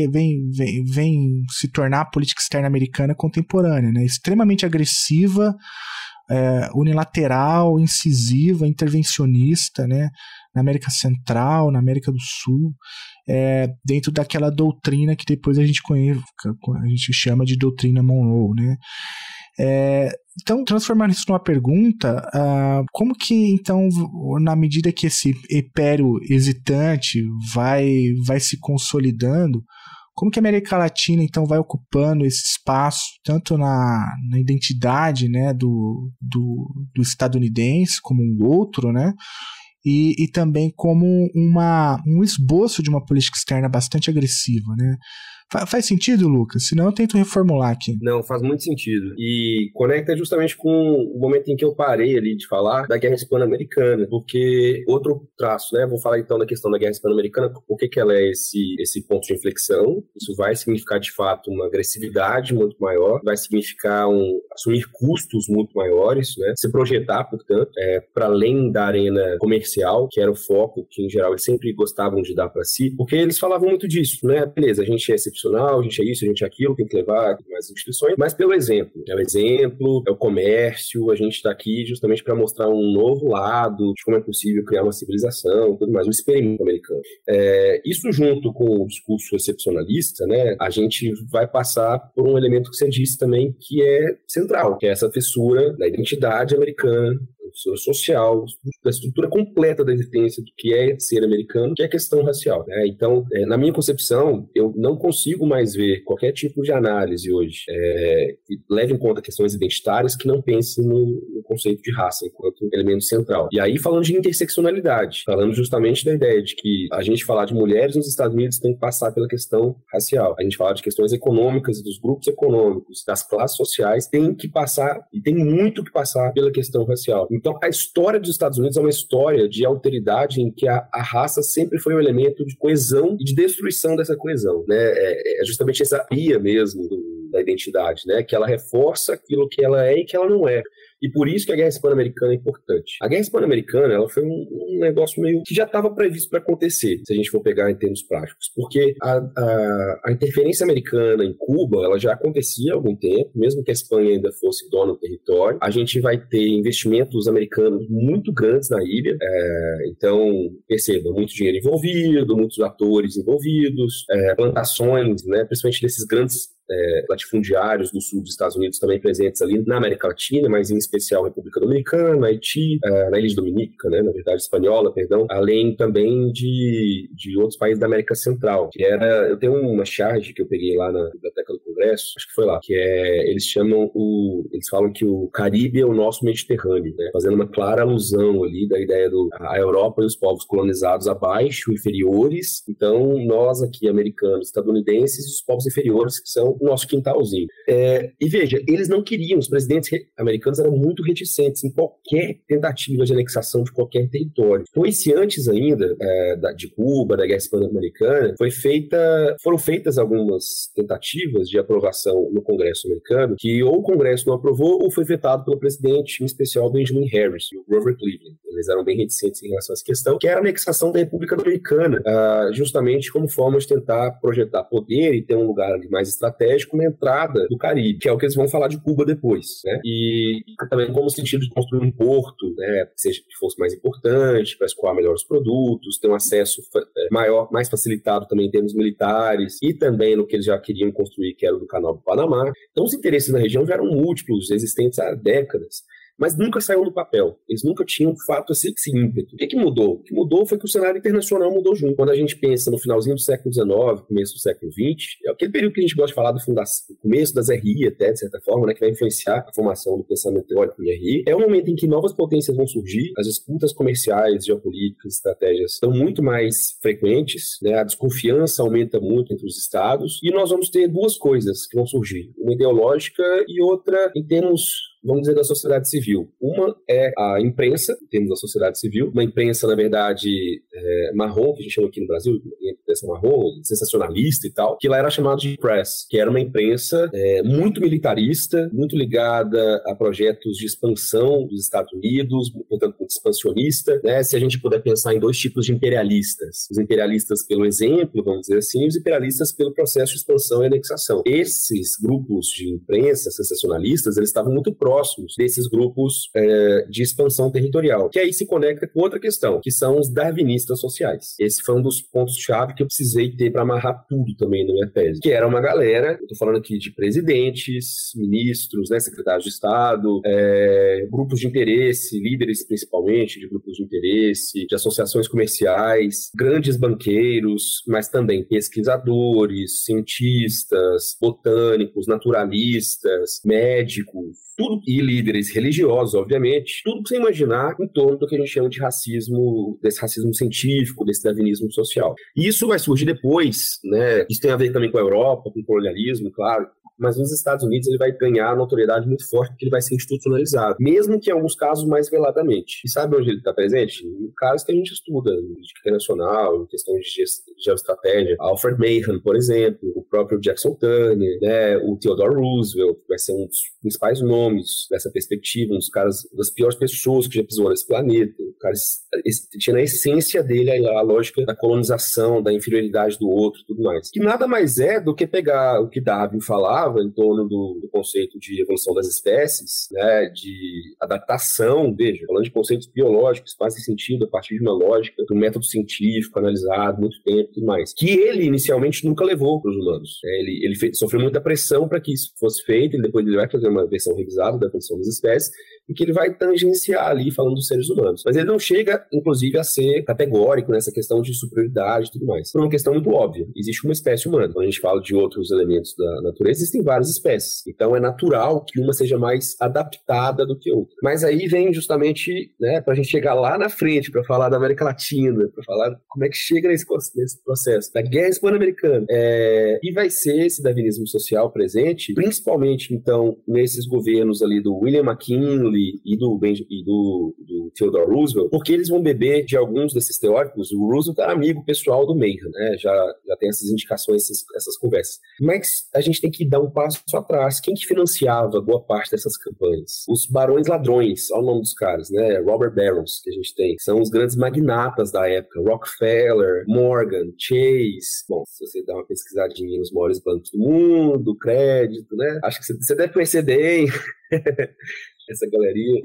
se tornar a política externa americana contemporânea, né? Extremamente agressiva, unilateral, incisiva, intervencionista, né? Na América Central, na América do Sul, dentro daquela doutrina que depois a gente chama de doutrina Monroe, né? Então, transformar isso numa pergunta, como que, então, na medida que esse império hesitante vai se consolidando, como que a América Latina, então, vai ocupando esse espaço, tanto na identidade, né, do estadunidense como um outro, né, e também como um esboço de uma política externa bastante agressiva, né? Faz sentido, Lucas? Senão eu tento reformular aqui. Não, faz muito sentido. E conecta justamente com o momento em que eu parei ali de falar da Guerra Hispano-Americana, porque outro traço, né? Vou falar então da questão da Guerra Hispano-Americana, por que ela é esse ponto de inflexão. Isso vai significar, de fato, uma agressividade muito maior, vai significar assumir custos muito maiores, né? Se projetar, portanto, para além da arena comercial, que era o foco que, em geral, eles sempre gostavam de dar para si, porque eles falavam muito disso, né? Beleza, a gente é excepcional, a gente é isso, a gente é aquilo, tem que levar mais instituições, mas pelo exemplo. É o exemplo, é o comércio, a gente está aqui justamente para mostrar um novo lado de como é possível criar uma civilização, tudo mais, um experimento americano. Isso junto com o discurso excepcionalista, né, a gente vai passar por um elemento que você disse também que é central, que é essa fissura da identidade americana, social, da estrutura completa da existência do que é ser americano, que é a questão racial, né? Então, na minha concepção, eu não consigo mais ver qualquer tipo de análise hoje que leve em conta questões identitárias que não pense no conceito de raça enquanto elemento central. E aí falando de interseccionalidade, falando justamente da ideia de que a gente falar de mulheres nos Estados Unidos tem que passar pela questão racial. A gente falar de questões econômicas, dos grupos econômicos, das classes sociais, tem que passar, e tem muito que passar pela questão racial. Então, a história dos Estados Unidos é uma história de alteridade em que a raça sempre foi um elemento de coesão e de destruição dessa coesão, né? É justamente essa pia mesmo da identidade, né? Que ela reforça aquilo que ela é e que ela não é. E por isso que a Guerra Hispano-Americana é importante. A Guerra Hispano-Americana, ela foi um negócio meio que já estava previsto para acontecer, se a gente for pegar em termos práticos. Porque a interferência americana em Cuba, ela já acontecia há algum tempo, mesmo que a Espanha ainda fosse dona do território. A gente vai ter investimentos americanos muito grandes na ilha. Então, perceba, muito dinheiro envolvido, muitos atores envolvidos, plantações, né, principalmente desses grandes latifundiários do sul dos Estados Unidos também presentes ali na América Latina, mas em especial República Dominicana, Haiti, na Ilha de Dominica, né, na verdade espanhola, perdão, além também de outros países da América Central, que era, eu tenho uma charge que eu peguei lá na Biblioteca do Congresso, acho que foi lá, que eles falam que o Caribe é o nosso Mediterrâneo, né, fazendo uma clara alusão ali da ideia a Europa e os povos colonizados abaixo, inferiores, então nós aqui, americanos, estadunidenses, e os povos inferiores, que são o nosso quintalzinho. E veja, eles não queriam, os presidentes americanos eram muito reticentes em qualquer tentativa de anexação de qualquer território. Foi-se antes ainda de Cuba, da Guerra Hispano-Americana, foram feitas algumas tentativas de aprovação no Congresso americano, que ou o Congresso não aprovou ou foi vetado pelo presidente, em especial Benjamin Harris e o Grover Cleveland. Eles eram bem reticentes em relação a essa questão, que era a anexação da República Dominicana, justamente como forma de tentar projetar poder e ter um lugar ali mais estratégico na entrada do Caribe, que é o que eles vão falar de Cuba depois, né? E também como sentido de construir um porto, né, que fosse mais importante, para escoar melhor os produtos, ter um acesso maior, mais facilitado também em termos militares, e também no que eles já queriam construir, que era o do Canal do Panamá. Então os interesses na região já eram múltiplos, existentes há décadas, mas nunca saiu do papel. Eles nunca tinham, de fato, esse ímpeto. O que mudou? O que mudou foi que o cenário internacional mudou junto. Quando a gente pensa no finalzinho do século XIX, começo do século XX, é aquele período que a gente gosta de falar do começo das RI, até, de certa forma, né, que vai influenciar a formação do pensamento teórico em RI. É um momento em que novas potências vão surgir, as disputas comerciais, geopolíticas, estratégias estão muito mais frequentes, né, a desconfiança aumenta muito entre os estados, e nós vamos ter duas coisas que vão surgir, uma ideológica e outra em termos, vamos dizer, da sociedade civil. Uma é a imprensa, em termos da sociedade civil, uma imprensa, na verdade, marrom, que a gente chama aqui no Brasil, imprensa marrom, sensacionalista e tal, que lá era chamado de press, que era uma imprensa muito militarista, muito ligada a projetos de expansão dos Estados Unidos, portanto, muito expansionista, né? Se a gente puder pensar em dois tipos de imperialistas, os imperialistas pelo exemplo, vamos dizer assim, e os imperialistas pelo processo de expansão e anexação. Esses grupos de imprensa sensacionalistas, eles estavam muito próximos desses grupos de expansão territorial, que aí se conecta com outra questão, que são os darwinistas sociais. Esse foi um dos pontos-chave que eu precisei ter para amarrar tudo também na minha tese, que era uma galera, eu tô falando aqui de presidentes, ministros, né, secretários de Estado, grupos de interesse, líderes principalmente de grupos de interesse, de associações comerciais, grandes banqueiros, mas também pesquisadores, cientistas, botânicos, naturalistas, médicos, tudo, e líderes religiosos, obviamente, tudo que você imaginar em torno do que a gente chama de racismo, desse racismo científico, desse darwinismo social. E isso vai surgir depois, né? Isso tem a ver também com a Europa, com o colonialismo, claro, mas nos Estados Unidos ele vai ganhar notoriedade muito forte porque ele vai ser institucionalizado, mesmo que em alguns casos mais veladamente. E sabe onde ele está presente? Em casos que a gente estuda, em política internacional, em questões de geoestratégia. Alfred Mahan, por exemplo, o próprio Jackson Turner, né, o Theodore Roosevelt, que vai ser um dos principais nomes dessa perspectiva, um dos caras, das piores pessoas que já pisou nesse planeta. O cara tinha na essência dele a lógica da colonização, da inferioridade do outro e tudo mais. Que nada mais é do que pegar o que Darwin falava em torno do conceito de evolução das espécies, né, de adaptação, veja, falando de conceitos biológicos que fazem sentido a partir de uma lógica, de um método científico analisado muito tempo e tudo mais, que ele inicialmente nunca levou para os humanos. Ele sofreu muita pressão para que isso fosse feito, e depois ele vai fazer uma versão revisada da evolução das espécies, e que ele vai tangenciar ali falando dos seres humanos. Mas ele não chega, inclusive, a ser categórico nessa questão de superioridade e tudo mais. Por uma questão muito óbvia. Existe uma espécie humana. Quando a gente fala de outros elementos da natureza, existem existem várias espécies. Então é natural que uma seja mais adaptada do que outra. Mas aí vem justamente, né, para a gente chegar lá na frente, para falar da América Latina, para falar como é que chega nesse processo da Guerra Hispano-Americana. E vai ser esse darwinismo social presente, principalmente, então, nesses governos ali do William McKinley e do Theodore Roosevelt, porque eles vão beber de alguns desses teóricos. O Roosevelt era amigo pessoal do Mayhew, né? Já tem essas indicações, essas conversas. Mas a gente tem que dar um passo atrás. Quem que financiava boa parte dessas campanhas? Os barões ladrões, olha o nome dos caras, né? Robert Barons, que a gente tem. São os grandes magnatas da época. Rockefeller, Morgan, Chase. Bom, se você dá uma pesquisadinha nos maiores bancos do mundo, crédito, né? Acho que você deve conhecer bem essa galeria.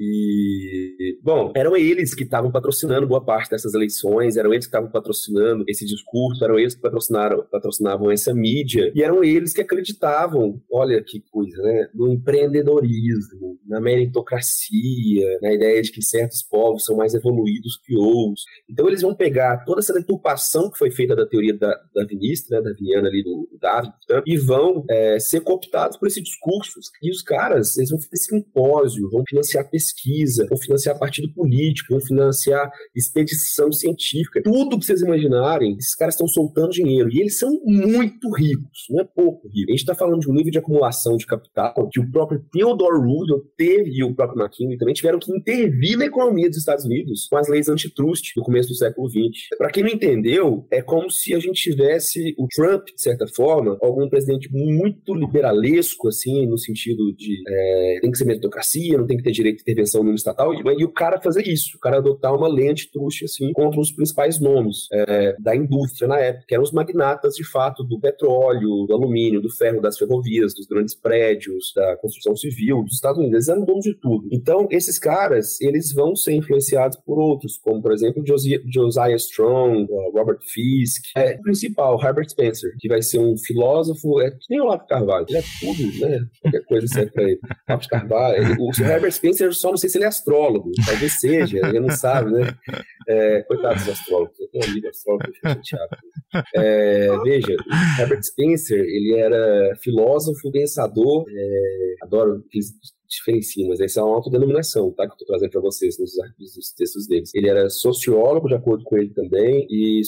E, bom, eram eles que estavam patrocinando boa parte dessas eleições, eram eles que estavam patrocinando esse discurso, eram eles que patrocinavam essa mídia, e eram eles que acreditavam, olha que coisa, né, no empreendedorismo, na meritocracia, na ideia de que certos povos são mais evoluídos que outros. Então eles vão pegar toda essa deturpação que foi feita da teoria darwinista, né, darwiniana ali do Darwin, e vão ser cooptados por esse discurso. E os caras, eles vão fazer simpósio, vão financiar pesquisa, vão financiar partido político, vão financiar expedição científica, tudo que vocês imaginarem. Esses caras estão soltando dinheiro, e eles são muito ricos, não é pouco rico. A gente está falando de um nível de acumulação de capital que o próprio Theodore Roosevelt teve, e o próprio McKinley também tiveram que intervir na economia dos Estados Unidos com as leis antitrust do começo do século XX. Para quem não entendeu, é como se a gente tivesse o Trump, de certa forma, algum presidente muito liberalesco, assim, no sentido de tem que ser meritocracia, não tem que ter direito de intervenção no estatal, e o cara fazer isso, o cara adotar uma lei antitruste, assim, contra os principais nomes da indústria na época, que eram os magnatas, de fato, do petróleo, do alumínio, do ferro, das ferrovias, dos grandes prédios, da construção civil, dos Estados Unidos. Eles eram donos de tudo. Então, esses caras, eles vão ser influenciados por outros, como, por exemplo, Josiah Strong, Robert Fisk, o principal, Herbert Spencer, que vai ser um filósofo, que nem o Olavo de Carvalho, ele é tudo, né? Qualquer coisa serve pra ele. Olavo de Carvalho, o Herbert Spencer, eu só não sei se ele é astrólogo, talvez seja, ele não sabe, né? Coitado dos astrólogos, eu tenho um amigo astrólogo que eu fico chateado. Veja, o Herbert Spencer, ele era filósofo, pensador, adoro que eles diferenciam, mas essa é uma autodenominação, tá? Que eu tô trazendo para vocês nos textos deles. Ele era sociólogo, de acordo com ele também, e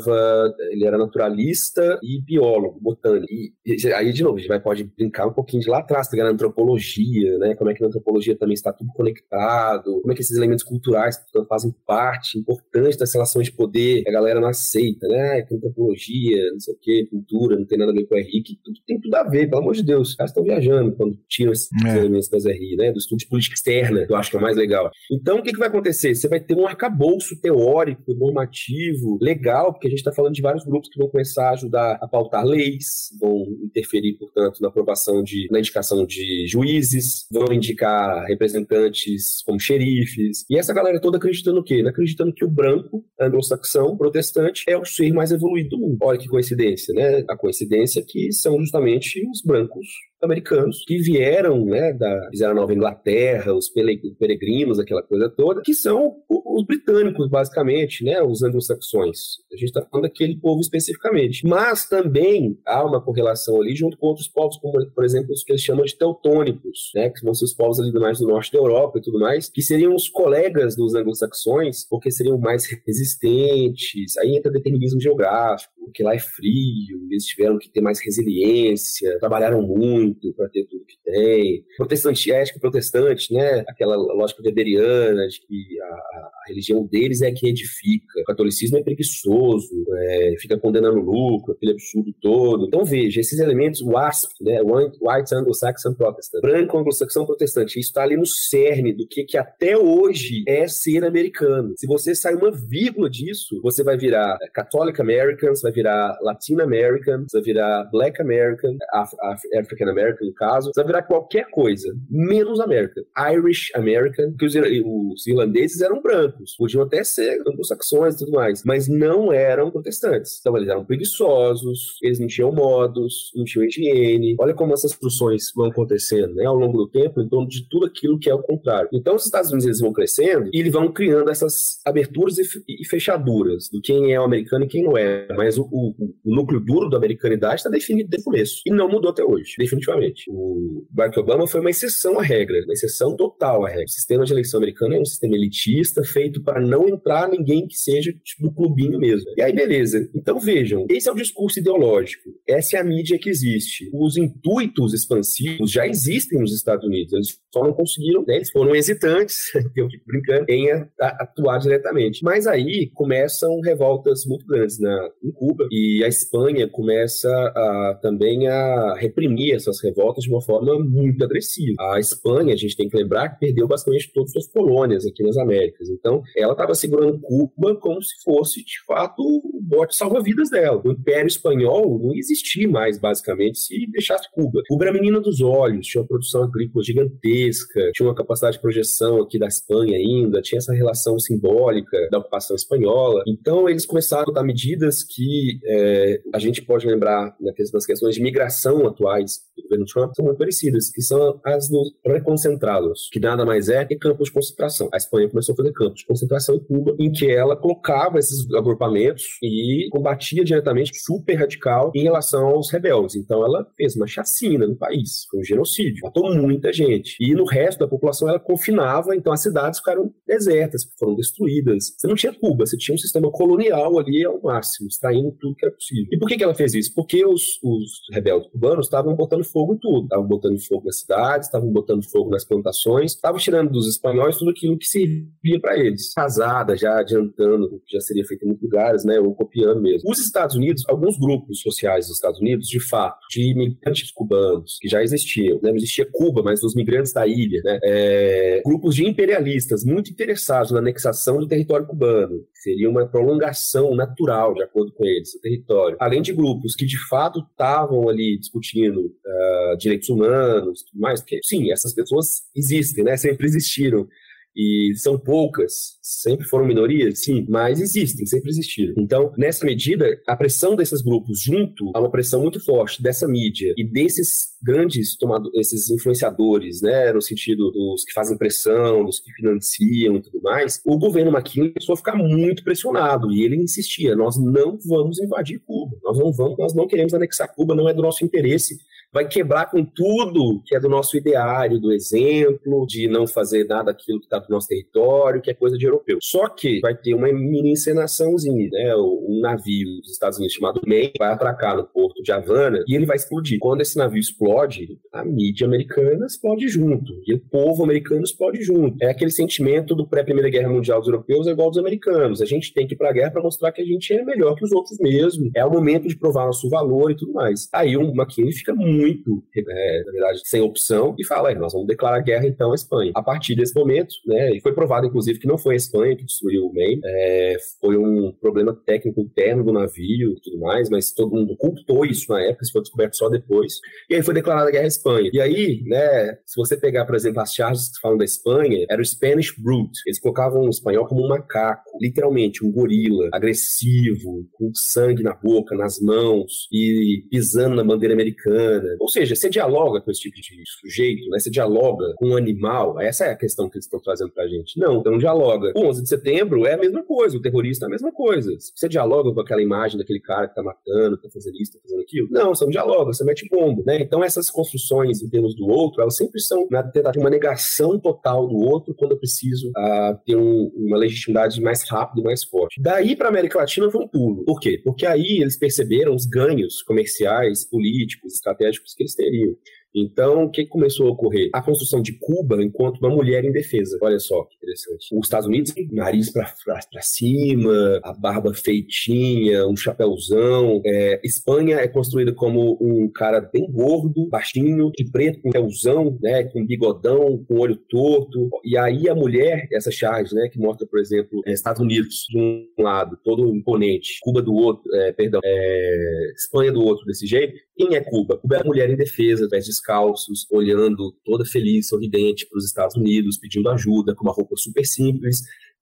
ele era naturalista e biólogo, botânico. E aí, de novo, a gente pode brincar um pouquinho de lá atrás, pegar na antropologia, né? Como é que na antropologia também está tudo conectado, como é que esses elementos culturais, portanto, fazem parte importante das relações de poder, a galera não aceita, né? Que antropologia, não sei o quê, cultura, não tem nada a ver com o RI, tudo tem tudo a ver, pelo amor de Deus. Os caras estão viajando quando tiram esses elementos das RI, né? Do estudo de política externa, que eu acho que é o mais legal. Então, o que vai acontecer? Você vai ter um arcabouço teórico, normativo, legal, porque a gente está falando de vários grupos que vão começar a ajudar a pautar leis, vão interferir, portanto, na indicação de juízes, vão indicar representantes como xerifes, e essa galera toda acreditando o quê? Acreditando que o branco, anglo-saxão, protestante, é o ser mais evoluído do mundo. Olha que coincidência, né? A coincidência é que são justamente os brancos americanos que vieram, né, fizeram a Nova Inglaterra, os peregrinos, aquela coisa toda, que são os britânicos, basicamente, né, os anglo-saxões. A gente está falando daquele povo especificamente. Mas também há uma correlação ali junto com outros povos, como, por exemplo, os que eles chamam de teutônicos, né, que vão ser os povos ali mais do norte da Europa e tudo mais, que seriam os colegas dos anglo-saxões, porque seriam mais resistentes. Aí entra determinismo geográfico, porque lá é frio, eles tiveram que ter mais resiliência, trabalharam muito para ter tudo que tem. Ética protestante, né? Aquela lógica weberiana de que a religião deles é que edifica. O catolicismo é preguiçoso, fica condenando lucro, aquele absurdo todo. Então veja, esses elementos, o WASP, né? White Anglo-Saxon Protestant, branco anglo-saxão protestante, isso está ali no cerne do que até hoje é ser americano. Se você sair uma vírgula disso, você vai virar Catholic American, você vai virar Latin American, você vai virar Black American, African American, no caso, você vai virar qualquer coisa, menos American. Irish American, porque os irlandeses eram brancos, brancos, podiam até ser anglo-saxões e tudo mais, mas não eram protestantes. Então eles eram preguiçosos, eles não tinham modos, não tinham higiene. Olha como essas construções vão acontecendo, né, ao longo do tempo, em torno de tudo aquilo que é o contrário. Então os Estados Unidos eles vão crescendo e eles vão criando essas aberturas e fechaduras do quem é o americano e quem não é, mas o núcleo duro da americanidade está definido desde o começo e não mudou até hoje, definitivamente. O Barack Obama foi uma exceção à regra, uma exceção total à regra. O sistema de eleição americano é um sistema elitista feito para não entrar ninguém que seja tipo, do clubinho mesmo. E aí, beleza. Então, vejam, esse é o discurso ideológico. Essa é a mídia que existe. Os intuitos expansivos já existem nos Estados Unidos. Eles só não conseguiram, né? Eles foram hesitantes, eu fico brincando, em atuar diretamente. Mas aí começam revoltas muito grandes em Cuba e a Espanha começa também a reprimir essas revoltas de uma forma muito agressiva. A Espanha, a gente tem que lembrar que perdeu basicamente todas as suas colônias aqui nas Américas. Então, ela estava segurando Cuba como se fosse, de fato, o bote salva-vidas dela. O Império Espanhol não existia mais, basicamente, se deixasse Cuba. Cuba era a menina dos olhos, tinha uma produção agrícola gigantesca, tinha uma capacidade de projeção aqui da Espanha ainda, tinha essa relação simbólica da ocupação espanhola. Então, eles começaram a adotar medidas que a gente pode lembrar nas questões de migração atuais do governo Trump, são muito parecidas, que são as dos reconcentrados, que nada mais é que campos de concentração. A Espanha começou a fazer campos de concentração em Cuba, em que ela colocava esses agrupamentos e combatia diretamente, super radical, em relação aos rebeldes. Então ela fez uma chacina no país, foi um genocídio, matou muita gente. E no resto da população ela confinava, então as cidades ficaram desertas, foram destruídas. Você não tinha Cuba, você tinha um sistema colonial ali ao máximo, extraindo tudo que era possível. E por que ela fez isso? Porque os rebeldes cubanos estavam botando fogo em tudo. Estavam botando fogo nas cidades, estavam botando fogo nas plantações, estavam tirando dos espanhóis tudo aquilo que servia para eles. Casada, já adiantando o que já seria feito em muitos lugares, né, ou copiando mesmo. Os Estados Unidos, alguns grupos sociais dos Estados Unidos, de fato, de imigrantes cubanos, que já existiam, né, não existia Cuba, mas os migrantes da ilha, né, grupos de imperialistas muito interessados na anexação do território cubano, seria uma prolongação natural, de acordo com eles, do território. Além de grupos que, de fato, estavam ali discutindo direitos humanos e tudo mais, porque, sim, essas pessoas existem, né? Sempre existiram. E são poucas, sempre foram minorias, sim, mas existem, sempre existiram. Então, nessa medida, a pressão desses grupos junto a uma pressão muito forte dessa mídia e desses grandes esses influenciadores, né, no sentido dos que fazem pressão, dos que financiam e tudo mais, o governo McKinley começou a ficar muito pressionado e ele insistia, nós não vamos invadir Cuba, nós não queremos anexar Cuba, não é do nosso interesse, vai quebrar com tudo que é do nosso ideário, do exemplo, de não fazer nada daquilo que está do nosso território, que é coisa de europeu. Só que vai ter uma mini encenaçãozinha, né? Um navio dos Estados Unidos chamado Maine vai atracar no porto de Havana e ele vai explodir. Quando esse navio explode, a mídia americana explode junto e o povo americano explode junto. É aquele sentimento do pré-Primeira Guerra Mundial dos europeus é igual aos americanos. A gente tem que ir pra guerra para mostrar que a gente é melhor que os outros mesmo. É o momento de provar nosso valor e tudo mais. Aí o McKinley fica muito, na verdade, sem opção e fala, nós vamos declarar guerra então à Espanha. A partir desse momento, né, e foi provado inclusive que não foi a Espanha que destruiu o Maine, foi um problema técnico interno do navio e tudo mais, mas todo mundo culpou isso na época, isso foi descoberto só depois, e aí foi declarada a guerra à Espanha. E aí, né, se você pegar, por exemplo, as charges que falam da Espanha, era o Spanish Brute, eles colocavam o espanhol como um macaco, literalmente um gorila, agressivo, com sangue na boca, nas mãos, e pisando na bandeira americana. Ou seja, você dialoga com esse tipo de sujeito, né? Você dialoga com um animal, essa é a questão que eles estão trazendo pra gente. Não, então dialoga. O 11 de setembro é a mesma coisa, o terrorista é a mesma coisa. Você dialoga com aquela imagem daquele cara que tá matando, que tá fazendo isso, tá fazendo aquilo. Não, você não dialoga, você mete bomba, né? Então essas construções em termos do outro, elas sempre são na tentativa de uma negação total do outro quando eu preciso ter uma legitimidade mais rápida e mais forte. Daí pra América Latina foi um pulo. Por quê? Porque aí eles perceberam os ganhos comerciais, políticos, estratégicos que eles teriam. Então, o que começou a ocorrer? A construção de Cuba enquanto uma mulher indefesa. Olha só que interessante. Os Estados Unidos, nariz pra cima, a barba feitinha, um chapéuzão. Espanha é construída como um cara bem gordo, baixinho, de preto, com chapéuzão, né, com bigodão, com olho torto. E aí a mulher, essa charge, né, que mostra, por exemplo, Estados Unidos de um lado, todo imponente, Cuba do outro, Espanha do outro, desse jeito. Quem é Cuba? Cuba é a mulher indefesa, pés descalços, olhando toda feliz, sorridente para os Estados Unidos, pedindo ajuda, com uma roupa super simples,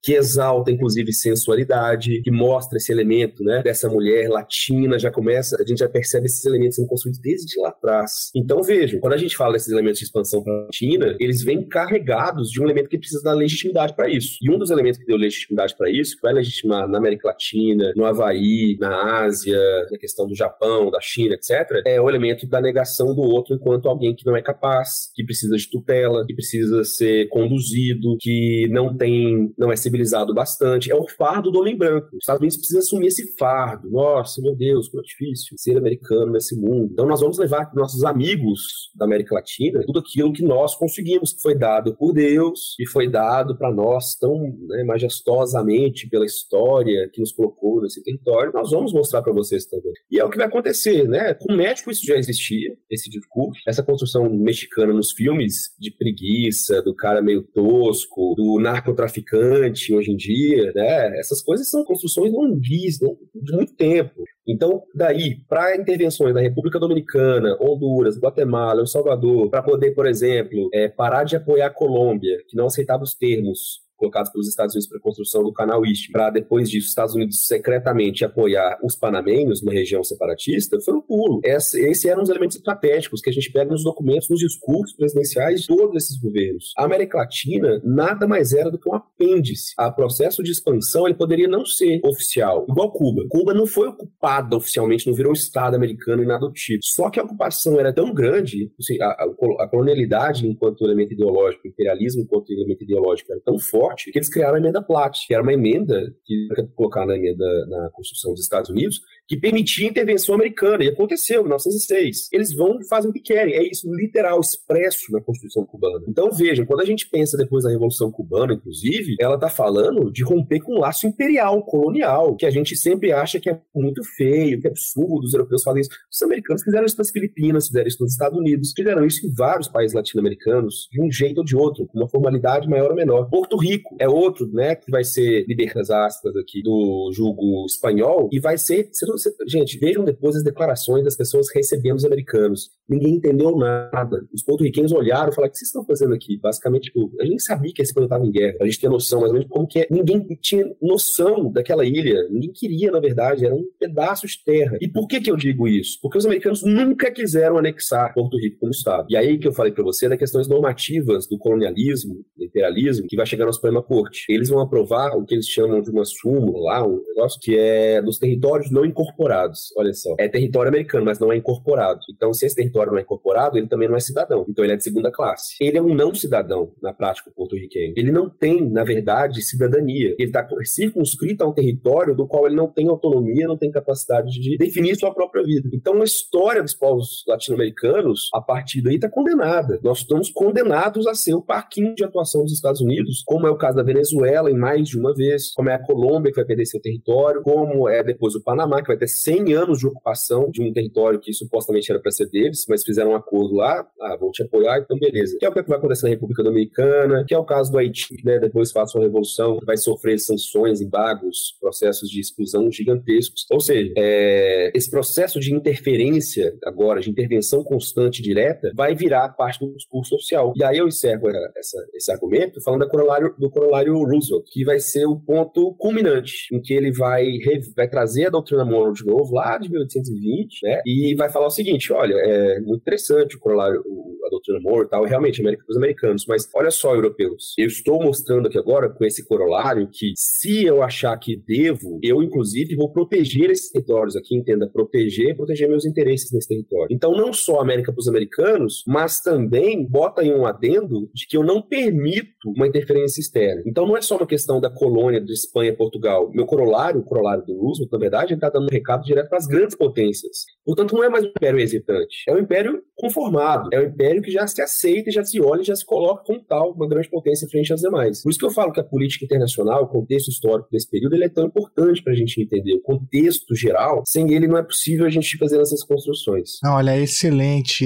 que exalta, inclusive, sensualidade, que mostra esse elemento, né, dessa mulher latina, a gente já percebe esses elementos sendo construídos desde lá atrás. Então, vejam, quando a gente fala desses elementos de expansão para a Latina, eles vêm carregados de um elemento que precisa dar legitimidade para isso. E um dos elementos que deu legitimidade para isso, que vai legitimar na América Latina, no Havaí, na Ásia, na questão do Japão, da China, etc., é o elemento da negação do outro enquanto alguém que não é capaz, que precisa de tutela, que precisa ser conduzido, que não é civilizado bastante. É o fardo do homem branco. Os Estados Unidos precisam assumir esse fardo. Nossa, meu Deus, como é difícil ser americano nesse mundo. Então nós vamos levar para nossos amigos da América Latina tudo aquilo que nós conseguimos, que foi dado por Deus e foi dado para nós tão, né, majestosamente pela história que nos colocou nesse território. Nós vamos mostrar para vocês também. E é o que vai acontecer, né? Com o México isso já existia, esse discurso, essa construção mexicana nos filmes de preguiça, do cara meio tosco, do narcotraficante hoje em dia, né? Essas coisas são construções longuíssimas, de muito tempo. Então, daí, para intervenções da República Dominicana, Honduras, Guatemala, El Salvador, para poder, por exemplo, parar de apoiar a Colômbia, que não aceitava os termos colocados pelos Estados Unidos para a construção do Canal East, para depois disso os Estados Unidos secretamente apoiar os panamenhos numa região separatista, foi um pulo. Esses eram os elementos estratégicos que a gente pega nos documentos, nos discursos presidenciais de todos esses governos. A América Latina nada mais era do que um apêndice. O processo de expansão ele poderia não ser oficial, igual Cuba. Cuba não foi ocupada oficialmente, não virou Estado americano e nada do tipo. Só que a ocupação era tão grande, assim, a colonialidade enquanto elemento ideológico, o imperialismo enquanto elemento ideológico era tão forte, que eles criaram a emenda Platt, que era uma emenda que colocar na emenda na Constituição dos Estados Unidos, que permitia intervenção americana, e aconteceu em 1906. Eles vão e fazem o que querem, é isso literal, expresso na Constituição cubana. Então vejam, quando a gente pensa depois da Revolução Cubana, inclusive, ela está falando de romper com um laço imperial, colonial, que a gente sempre acha que é muito feio, que é absurdo, os europeus fazem isso. Os americanos fizeram isso nas Filipinas, fizeram isso nos Estados Unidos, fizeram isso em vários países latino-americanos, de um jeito ou de outro, com uma formalidade maior ou menor. Porto Rico é outro, né, que vai ser, libertas aspas aqui, do jugo espanhol, e vai ser... Gente, vejam depois as declarações das pessoas recebendo os americanos. Ninguém entendeu nada. Os porto-riquenhos olharam e falaram: o que vocês estão fazendo aqui? Basicamente, tipo, a gente sabia que esse país estava em guerra, a gente tinha noção mais ou menos como que é. Ninguém tinha noção daquela ilha, ninguém queria, na verdade, era um pedaço de terra. E por que eu digo isso? Porque os americanos nunca quiseram anexar Porto Rico como Estado. E aí que eu falei pra você das questões normativas do colonialismo, do imperialismo, que vai chegar na Suprema Corte. Eles vão aprovar o que eles chamam de uma súmula lá, um negócio que é dos territórios não incorporados. Olha só, é território americano, mas não é incorporado. Então, se esse território não é incorporado, ele também não é cidadão. Então, ele é de segunda classe. Ele é um não cidadão, na prática, porto-riquenho. Ele não tem, na verdade, cidadania. Ele está circunscrito a um território do qual ele não tem autonomia, não tem capacidade de definir sua própria vida. Então, a história dos povos latino-americanos, a partir daí, está condenada. Nós estamos condenados a ser o parquinho de atuação dos Estados Unidos, como é o caso da Venezuela, em mais de uma vez, como é a Colômbia, que vai perder seu território, como é depois o Panamá, que vai ter 100 anos de ocupação de um território que supostamente era para ser deles, mas fizeram um acordo lá, vão te apoiar, então beleza. Que é o que vai acontecer na República Dominicana, que é o caso do Haiti, né, depois faz uma revolução, vai sofrer sanções, embargos, processos de exclusão gigantescos. Ou seja, esse processo de interferência agora, de intervenção constante e direta, vai virar parte do discurso oficial. E aí eu encerro esse argumento falando do corolário Roosevelt, que vai ser o ponto culminante, em que ele vai trazer a doutrina Monroe de novo, lá de 1820, né, e vai falar o seguinte: olha, é muito interessante o corolário, a doutrina Monroe e tal, realmente, América para os americanos, mas olha só, europeus, eu estou mostrando aqui agora, com esse corolário, que se eu achar que devo, eu, inclusive, vou proteger esses territórios aqui, entenda, proteger meus interesses nesse território. Então, não só América para os americanos, mas também bota aí um adendo de que eu não permito uma interferência externa. Então, não é só uma questão da colônia de Espanha e Portugal. Meu corolário, o corolário do Roosevelt, na verdade, ele está dando um recado direto para as grandes potências. Portanto, não é mais um império hesitante. É um império conformado. É um império que já se aceita, já se olha, já se coloca como tal, uma grande potência frente às demais. Por isso que eu falo que a política internacional, o contexto histórico desse período, ele é tão importante para a gente entender. O contexto geral, sem ele não é possível a gente fazer essas construções. Não, olha, excelente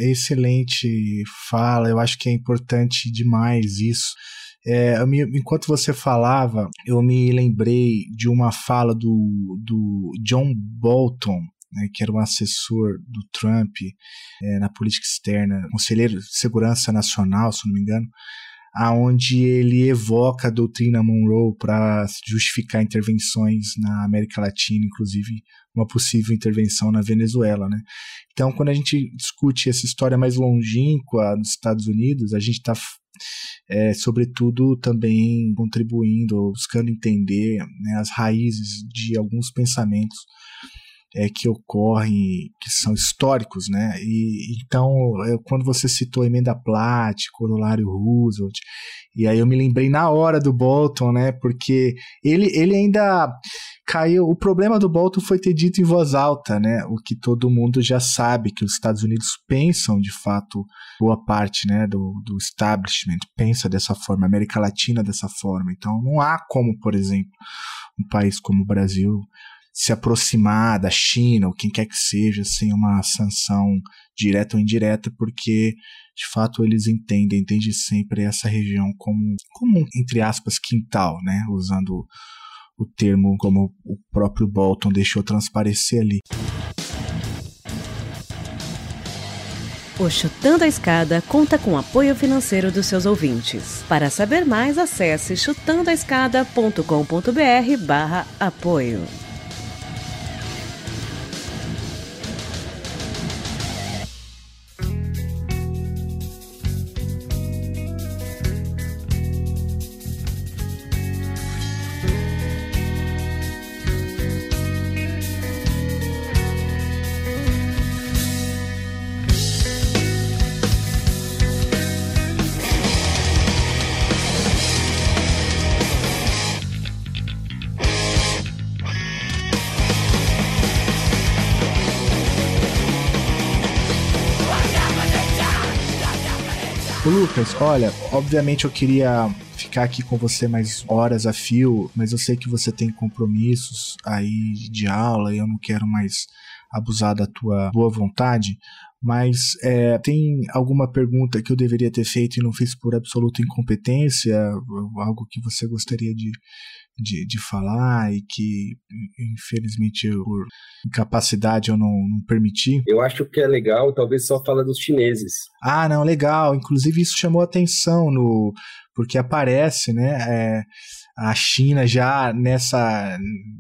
fala. Eu acho que é importante demais isso. Enquanto você falava, eu me lembrei de uma fala do John Bolton, né, que era um assessor do Trump na política externa, conselheiro de segurança nacional, se não me engano, aonde ele evoca a doutrina Monroe para justificar intervenções na América Latina, inclusive uma possível intervenção na Venezuela, né? Então, quando a gente discute essa história mais longínqua dos Estados Unidos, a gente está, sobretudo, também contribuindo, buscando entender, né, as raízes de alguns pensamentos que ocorrem, que são históricos, né? E então, quando você citou a Emenda Platt, Corolário Roosevelt, e aí eu me lembrei na hora do Bolton, né? Porque ele ainda caiu. O problema do Bolton foi ter dito em voz alta, né? O que todo mundo já sabe, que os Estados Unidos pensam, de fato, boa parte, né, do establishment pensa dessa forma, a América Latina dessa forma. Então, não há como, por exemplo, um país como o Brasil se aproximar da China, ou quem quer que seja, sem uma sanção direta ou indireta, porque, de fato, eles entendem desde sempre essa região como entre aspas, quintal, né? Usando o termo como o próprio Bolton deixou transparecer ali. O Chutando a Escada conta com apoio financeiro dos seus ouvintes. Para saber mais, acesse chutandoaescada.com.br/apoio. Lucas, olha, obviamente eu queria ficar aqui com você mais horas a fio, mas eu sei que você tem compromissos aí de aula e eu não quero mais abusar da tua boa vontade, mas tem alguma pergunta que eu deveria ter feito e não fiz por absoluta incompetência, algo que você gostaria de falar e que, infelizmente, por incapacidade eu não permiti? Eu acho que é legal, talvez só falar dos chineses. Ah, não, legal. Inclusive isso chamou atenção, porque aparece, né, a China já nessa...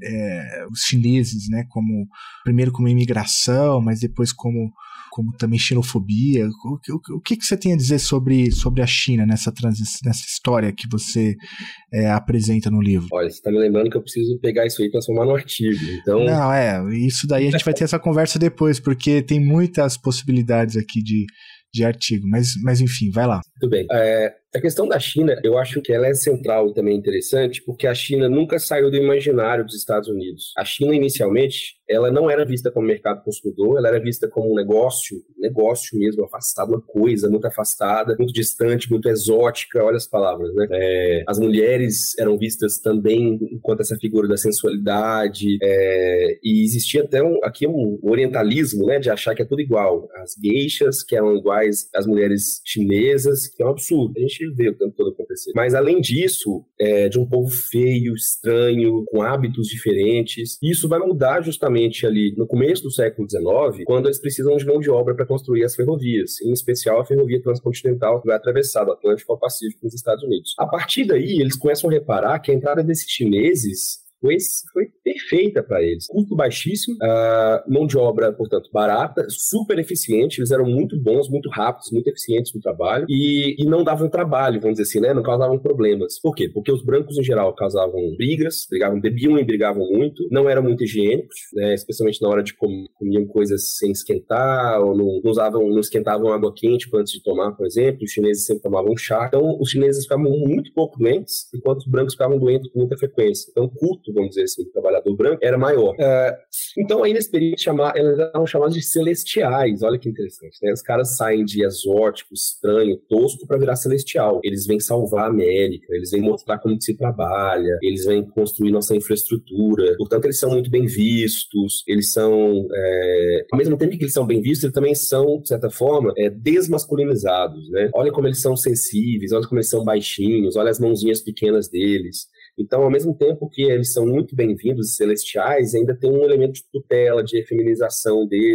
os chineses, né, primeiro como imigração, mas depois como também xenofobia. O que você tem a dizer sobre a China nessa história que você apresenta no livro? Olha, você está me lembrando que eu preciso pegar isso aí e transformar no artigo. Então... Não, isso daí a gente vai ter essa conversa depois, porque tem muitas possibilidades aqui de artigo, mas enfim, vai lá. Muito bem. A questão da China, eu acho que ela é central e também interessante, porque a China nunca saiu do imaginário dos Estados Unidos. A China, inicialmente, ela não era vista como mercado consumidor, ela era vista como um negócio mesmo, afastado, uma coisa muito afastada, muito distante, muito exótica, olha as palavras, né? As mulheres eram vistas também enquanto essa figura da sensualidade, e existia até aqui um orientalismo, né, de achar que é tudo igual. As geishas, que eram iguais às mulheres chinesas, que é um absurdo. A gente vê o tempo todo acontecer. Mas, além disso, de um povo feio, estranho, com hábitos diferentes, isso vai mudar justamente ali no começo do século XIX, quando eles precisam de mão de obra para construir as ferrovias, em especial a ferrovia transcontinental que vai atravessar do Atlântico ao Pacífico nos Estados Unidos. A partir daí, eles começam a reparar que a entrada desses chineses foi perfeita para eles. Custo baixíssimo, mão de obra, portanto, barata, super eficiente, eles eram muito bons, muito rápidos, muito eficientes no trabalho e não davam trabalho, vamos dizer assim, né? Não causavam problemas. Por quê? Porque os brancos, em geral, causavam bebiam e brigavam muito, não eram muito higiênicos, né? Especialmente na hora de comiam coisas sem esquentar ou não esquentavam água quente antes de tomar, por exemplo. Os chineses sempre tomavam chá. Então, os chineses ficavam muito pouco doentes, enquanto os brancos ficavam doentes com muita frequência. Então, o culto, vamos dizer assim, o trabalhador branco era maior. Então, aí nesse período, eles eram chamados de celestiais. Olha que interessante, né? Os caras saem de exótico, estranho, tosco para virar celestial. Eles vêm salvar a América, eles vêm mostrar como se trabalha, eles vêm construir nossa infraestrutura. Portanto, eles são muito bem vistos, eles são, ao mesmo tempo que eles são bem vistos, eles também são, de certa forma, desmasculinizados, né? Olha como eles são sensíveis, olha como eles são baixinhos, olha as mãozinhas pequenas deles. Então, ao mesmo tempo que eles são muito bem-vindos e celestiais, ainda tem um elemento de tutela, de efeminização deles.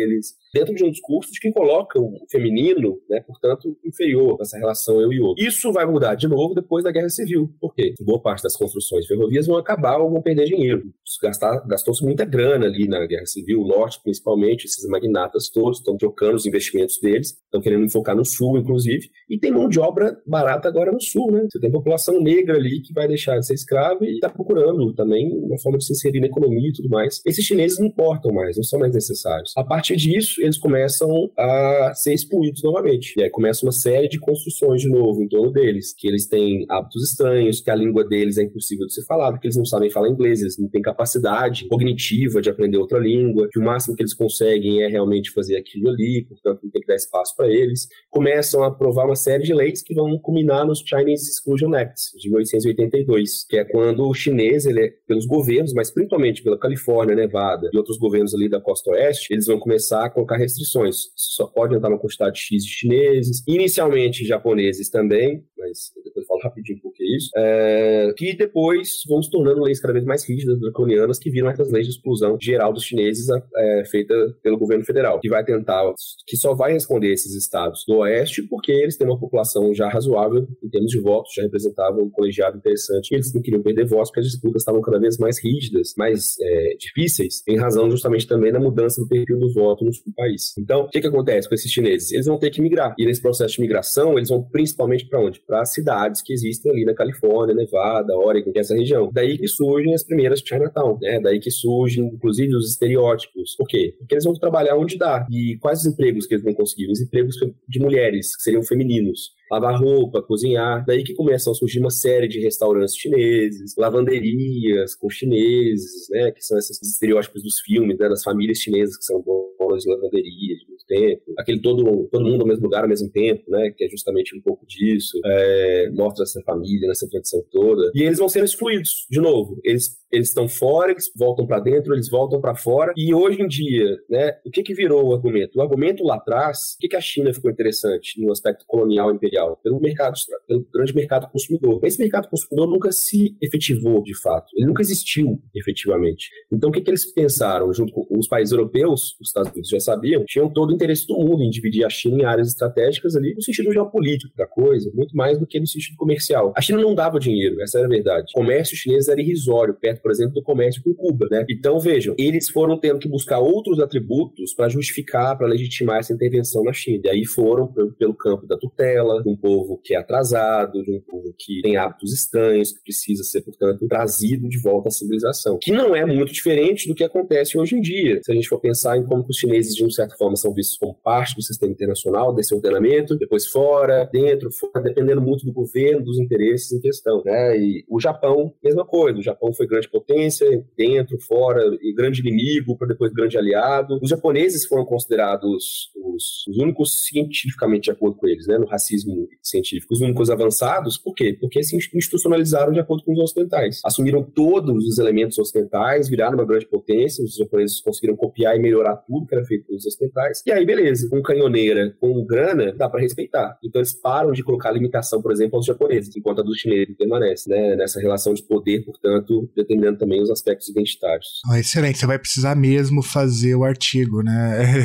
dentro de um discurso que coloca o feminino, né, portanto, inferior nessa relação eu e outro. Isso vai mudar de novo depois da Guerra Civil. Por quê? Boa parte das construções de ferrovias vão acabar ou vão perder dinheiro. Gastou-se muita grana ali na Guerra Civil, o Norte principalmente, esses magnatas todos estão trocando os investimentos deles, estão querendo focar no Sul, inclusive, e tem mão de obra barata agora no Sul, né? Você tem população negra ali que vai deixar de ser escrava e está procurando também uma forma de se inserir na economia e tudo mais. Esses chineses não importam mais, não são mais necessários. A partir disso, eles começam a ser excluídos novamente. E aí começa uma série de construções de novo em torno deles, que eles têm hábitos estranhos, que a língua deles é impossível de ser falada, que eles não sabem falar inglês, eles não têm capacidade cognitiva de aprender outra língua, que o máximo que eles conseguem é realmente fazer aquilo ali, portanto não tem que dar espaço para eles. Começam a aprovar uma série de leis que vão culminar nos Chinese Exclusion Acts de 1882, que é quando o chinês, pelos governos, mas principalmente pela Califórnia, Nevada e outros governos ali da costa oeste, eles vão começar a colocar restrições. Só pode entrar uma quantidade X de chineses, inicialmente japoneses também, mas depois eu falo rapidinho por que isso, que depois vão se tornando leis cada vez mais rígidas, draconianas, que viram essas leis de exclusão geral dos chineses feita pelo governo federal, que vai tentar, que só vai responder esses estados do oeste porque eles têm uma população já razoável em termos de votos, já representavam um colegiado interessante, e eles não queriam perder votos porque as disputas estavam cada vez mais rígidas, mais difíceis, em razão justamente também da mudança do perfil do voto no país. Então, o que acontece com esses chineses? Eles vão ter que migrar, e nesse processo de migração, eles vão principalmente para onde? Para as cidades que existem ali na Califórnia, Nevada, Oregon, que é essa região. Daí que surgem as primeiras Chinatown, né? Daí que surgem, inclusive, os estereótipos. Por quê? Porque eles vão trabalhar onde dá. E quais os empregos que eles vão conseguir? Os empregos de mulheres, que seriam femininos. Lavar roupa, cozinhar. Daí que começam a surgir uma série de restaurantes chineses, lavanderias com chineses, né? Que são esses estereótipos dos filmes, né? Das famílias chinesas que são donas de lavanderias de muito tempo. Aquele todo mundo ao mesmo lugar ao mesmo tempo, né? Que é justamente um pouco disso. Mostra essa família, nessa tradição toda. E eles vão sendo excluídos, de novo. Eles estão fora, eles voltam para dentro, eles voltam para fora. E hoje em dia, né? O que virou o argumento? O argumento lá atrás, o que a China ficou interessante no aspecto colonial imperial? Pelo grande mercado consumidor. Esse mercado consumidor nunca se efetivou, de fato. Ele nunca existiu, efetivamente. Então, o que eles pensaram? Junto com os países europeus, os Estados Unidos já sabiam, tinham todo o interesse do mundo em dividir a China em áreas estratégicas ali, no sentido geopolítico da coisa, muito mais do que no sentido comercial. A China não dava dinheiro, essa era a verdade. O comércio chinês era irrisório, perto, por exemplo, do comércio com Cuba, né? Então, vejam, eles foram tendo que buscar outros atributos para justificar, para legitimar essa intervenção na China. E aí foram pelo campo da tutela, de um povo que é atrasado, de um povo que tem hábitos estranhos, que precisa ser, portanto, trazido de volta à civilização. Que não é muito diferente do que acontece hoje em dia. Se a gente for pensar em como os chineses, de uma certa forma, são vistos como parte do sistema internacional, desse ordenamento, depois fora, dentro, fora, dependendo muito do governo, dos interesses em questão, né? E o Japão, mesma coisa. O Japão foi grande potência, dentro, fora, e grande inimigo, para depois grande aliado. Os japoneses foram considerados os únicos cientificamente de acordo com eles, né? No racismo científico, os únicos avançados. Por quê? Porque se institucionalizaram de acordo com os ocidentais. Assumiram todos os elementos ocidentais, viraram uma grande potência, os japoneses conseguiram copiar e melhorar tudo que era feito pelos ocidentais. E aí, beleza, com canhoneira, com grana, dá para respeitar. Então eles param de colocar limitação, por exemplo, aos japoneses, enquanto a dos chineses permanece, né? Nessa relação de poder, portanto, determinando também os aspectos identitários. Excelente, você vai precisar mesmo fazer o artigo, né?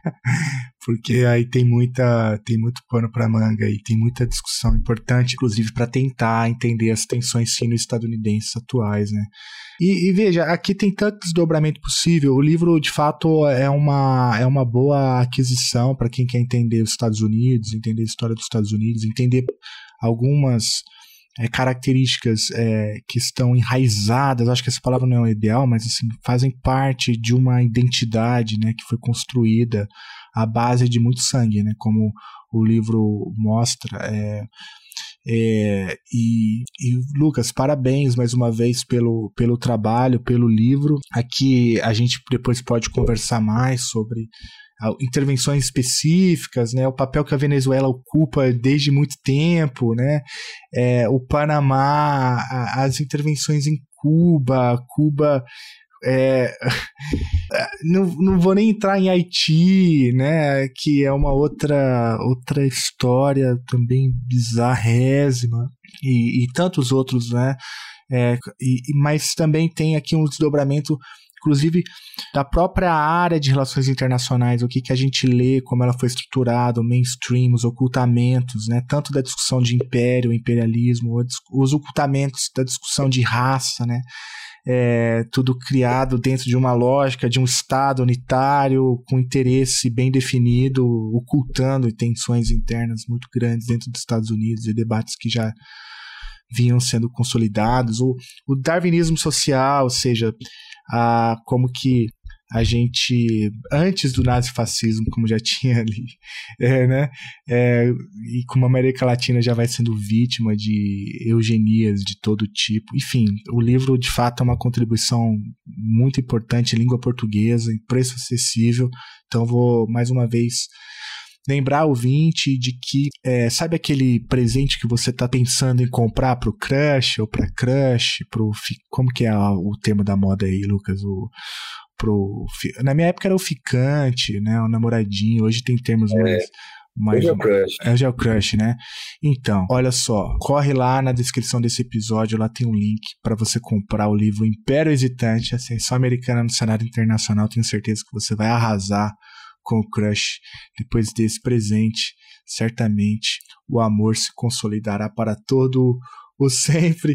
Porque aí tem muito pano para manga e tem muita discussão importante, inclusive para tentar entender as tensões sino-estadunidenses atuais, né? E veja, aqui tem tanto desdobramento possível. O livro, de fato, é uma boa aquisição para quem quer entender os Estados Unidos, entender a história dos Estados Unidos, entender algumas características que estão enraizadas, acho que essa palavra não é o ideal, mas assim, fazem parte de uma identidade, né, que foi construída à base de muito sangue, né, como o livro mostra. E Lucas, parabéns mais uma vez pelo trabalho, pelo livro. Aqui a gente depois pode conversar mais sobre intervenções específicas, né, o papel que a Venezuela ocupa desde muito tempo, né, o Panamá, as intervenções em Cuba, não vou nem entrar em Haiti, né, que é uma outra história também bizarrésima, e tantos outros, né, mas também tem aqui um desdobramento inclusive da própria área de relações internacionais, o que a gente lê, como ela foi estruturada, o mainstream, os ocultamentos, né, tanto da discussão de império, imperialismo, os ocultamentos da discussão de raça, né, tudo criado dentro de uma lógica de um Estado unitário com interesse bem definido, ocultando tensões internas muito grandes dentro dos Estados Unidos e debates que já vinham sendo consolidados. O darwinismo social, ou seja, como que a gente, antes do nazifascismo, como já tinha ali, né? E como a América Latina já vai sendo vítima de eugenias de todo tipo. Enfim, o livro, de fato, é uma contribuição muito importante em língua portuguesa, em preço acessível. Então, vou, mais uma vez, lembrar o ouvinte de que, sabe aquele presente que você está pensando em comprar para o crush ou para crush, como que é o termo da moda aí, Lucas? Na minha época era o ficante, né, o namoradinho, hoje tem termos mais hoje é o crush. Hoje é o crush, né? Então, olha só, corre lá na descrição desse episódio, lá tem um link para você comprar o livro Império Hesitante, Ascensão Americana no Cenário Internacional. Tenho certeza que você vai arrasar com o crush depois desse presente. Certamente o amor se consolidará para todo o sempre.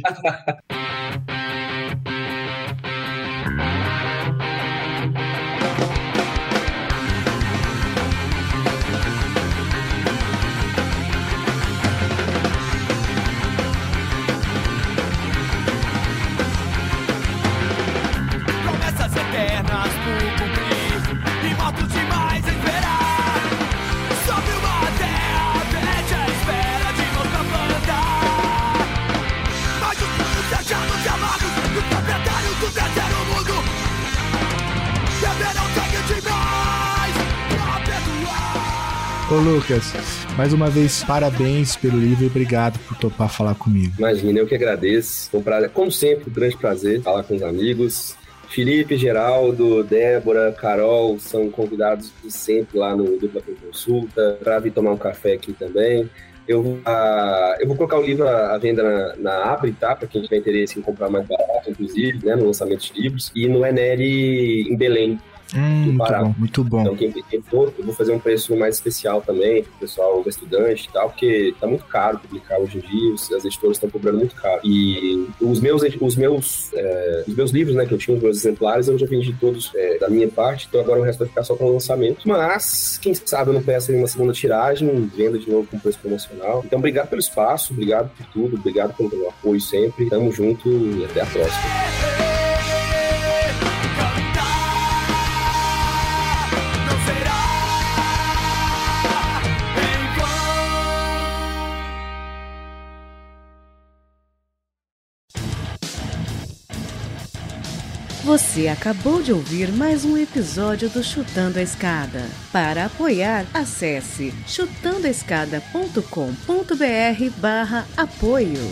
Ô Lucas, mais uma vez, parabéns pelo livro e obrigado por topar falar comigo. Imagina, eu que agradeço. Foi um prazer, como sempre, um grande prazer falar com os amigos. Felipe, Geraldo, Débora, Carol são convidados de sempre lá no Dupla Consulta, para vir tomar um café aqui também. Eu vou colocar o livro à venda na Abre, tá? Para quem tiver interesse em comprar mais barato, inclusive, né? No lançamento de livros. E no Eneri, em Belém. Muito bom. Então, quem for, eu vou fazer um preço mais especial também pro pessoal estudante e tal, porque tá muito caro publicar hoje em dia, as editoras estão cobrando muito caro. E os meus livros, né, que eu tinha, os meus exemplares, eu já vendi todos da minha parte, então agora o resto vai ficar só para o lançamento. Mas, quem sabe eu não peço uma segunda tiragem, venda de novo com preço promocional. Então, obrigado pelo espaço, obrigado por tudo, obrigado pelo apoio sempre. Tamo junto e até a próxima. Você acabou de ouvir mais um episódio do Chutando a Escada. Para apoiar, acesse chutandoaescada.com.br/apoio.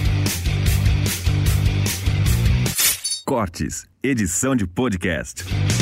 Cortes, edição de podcast.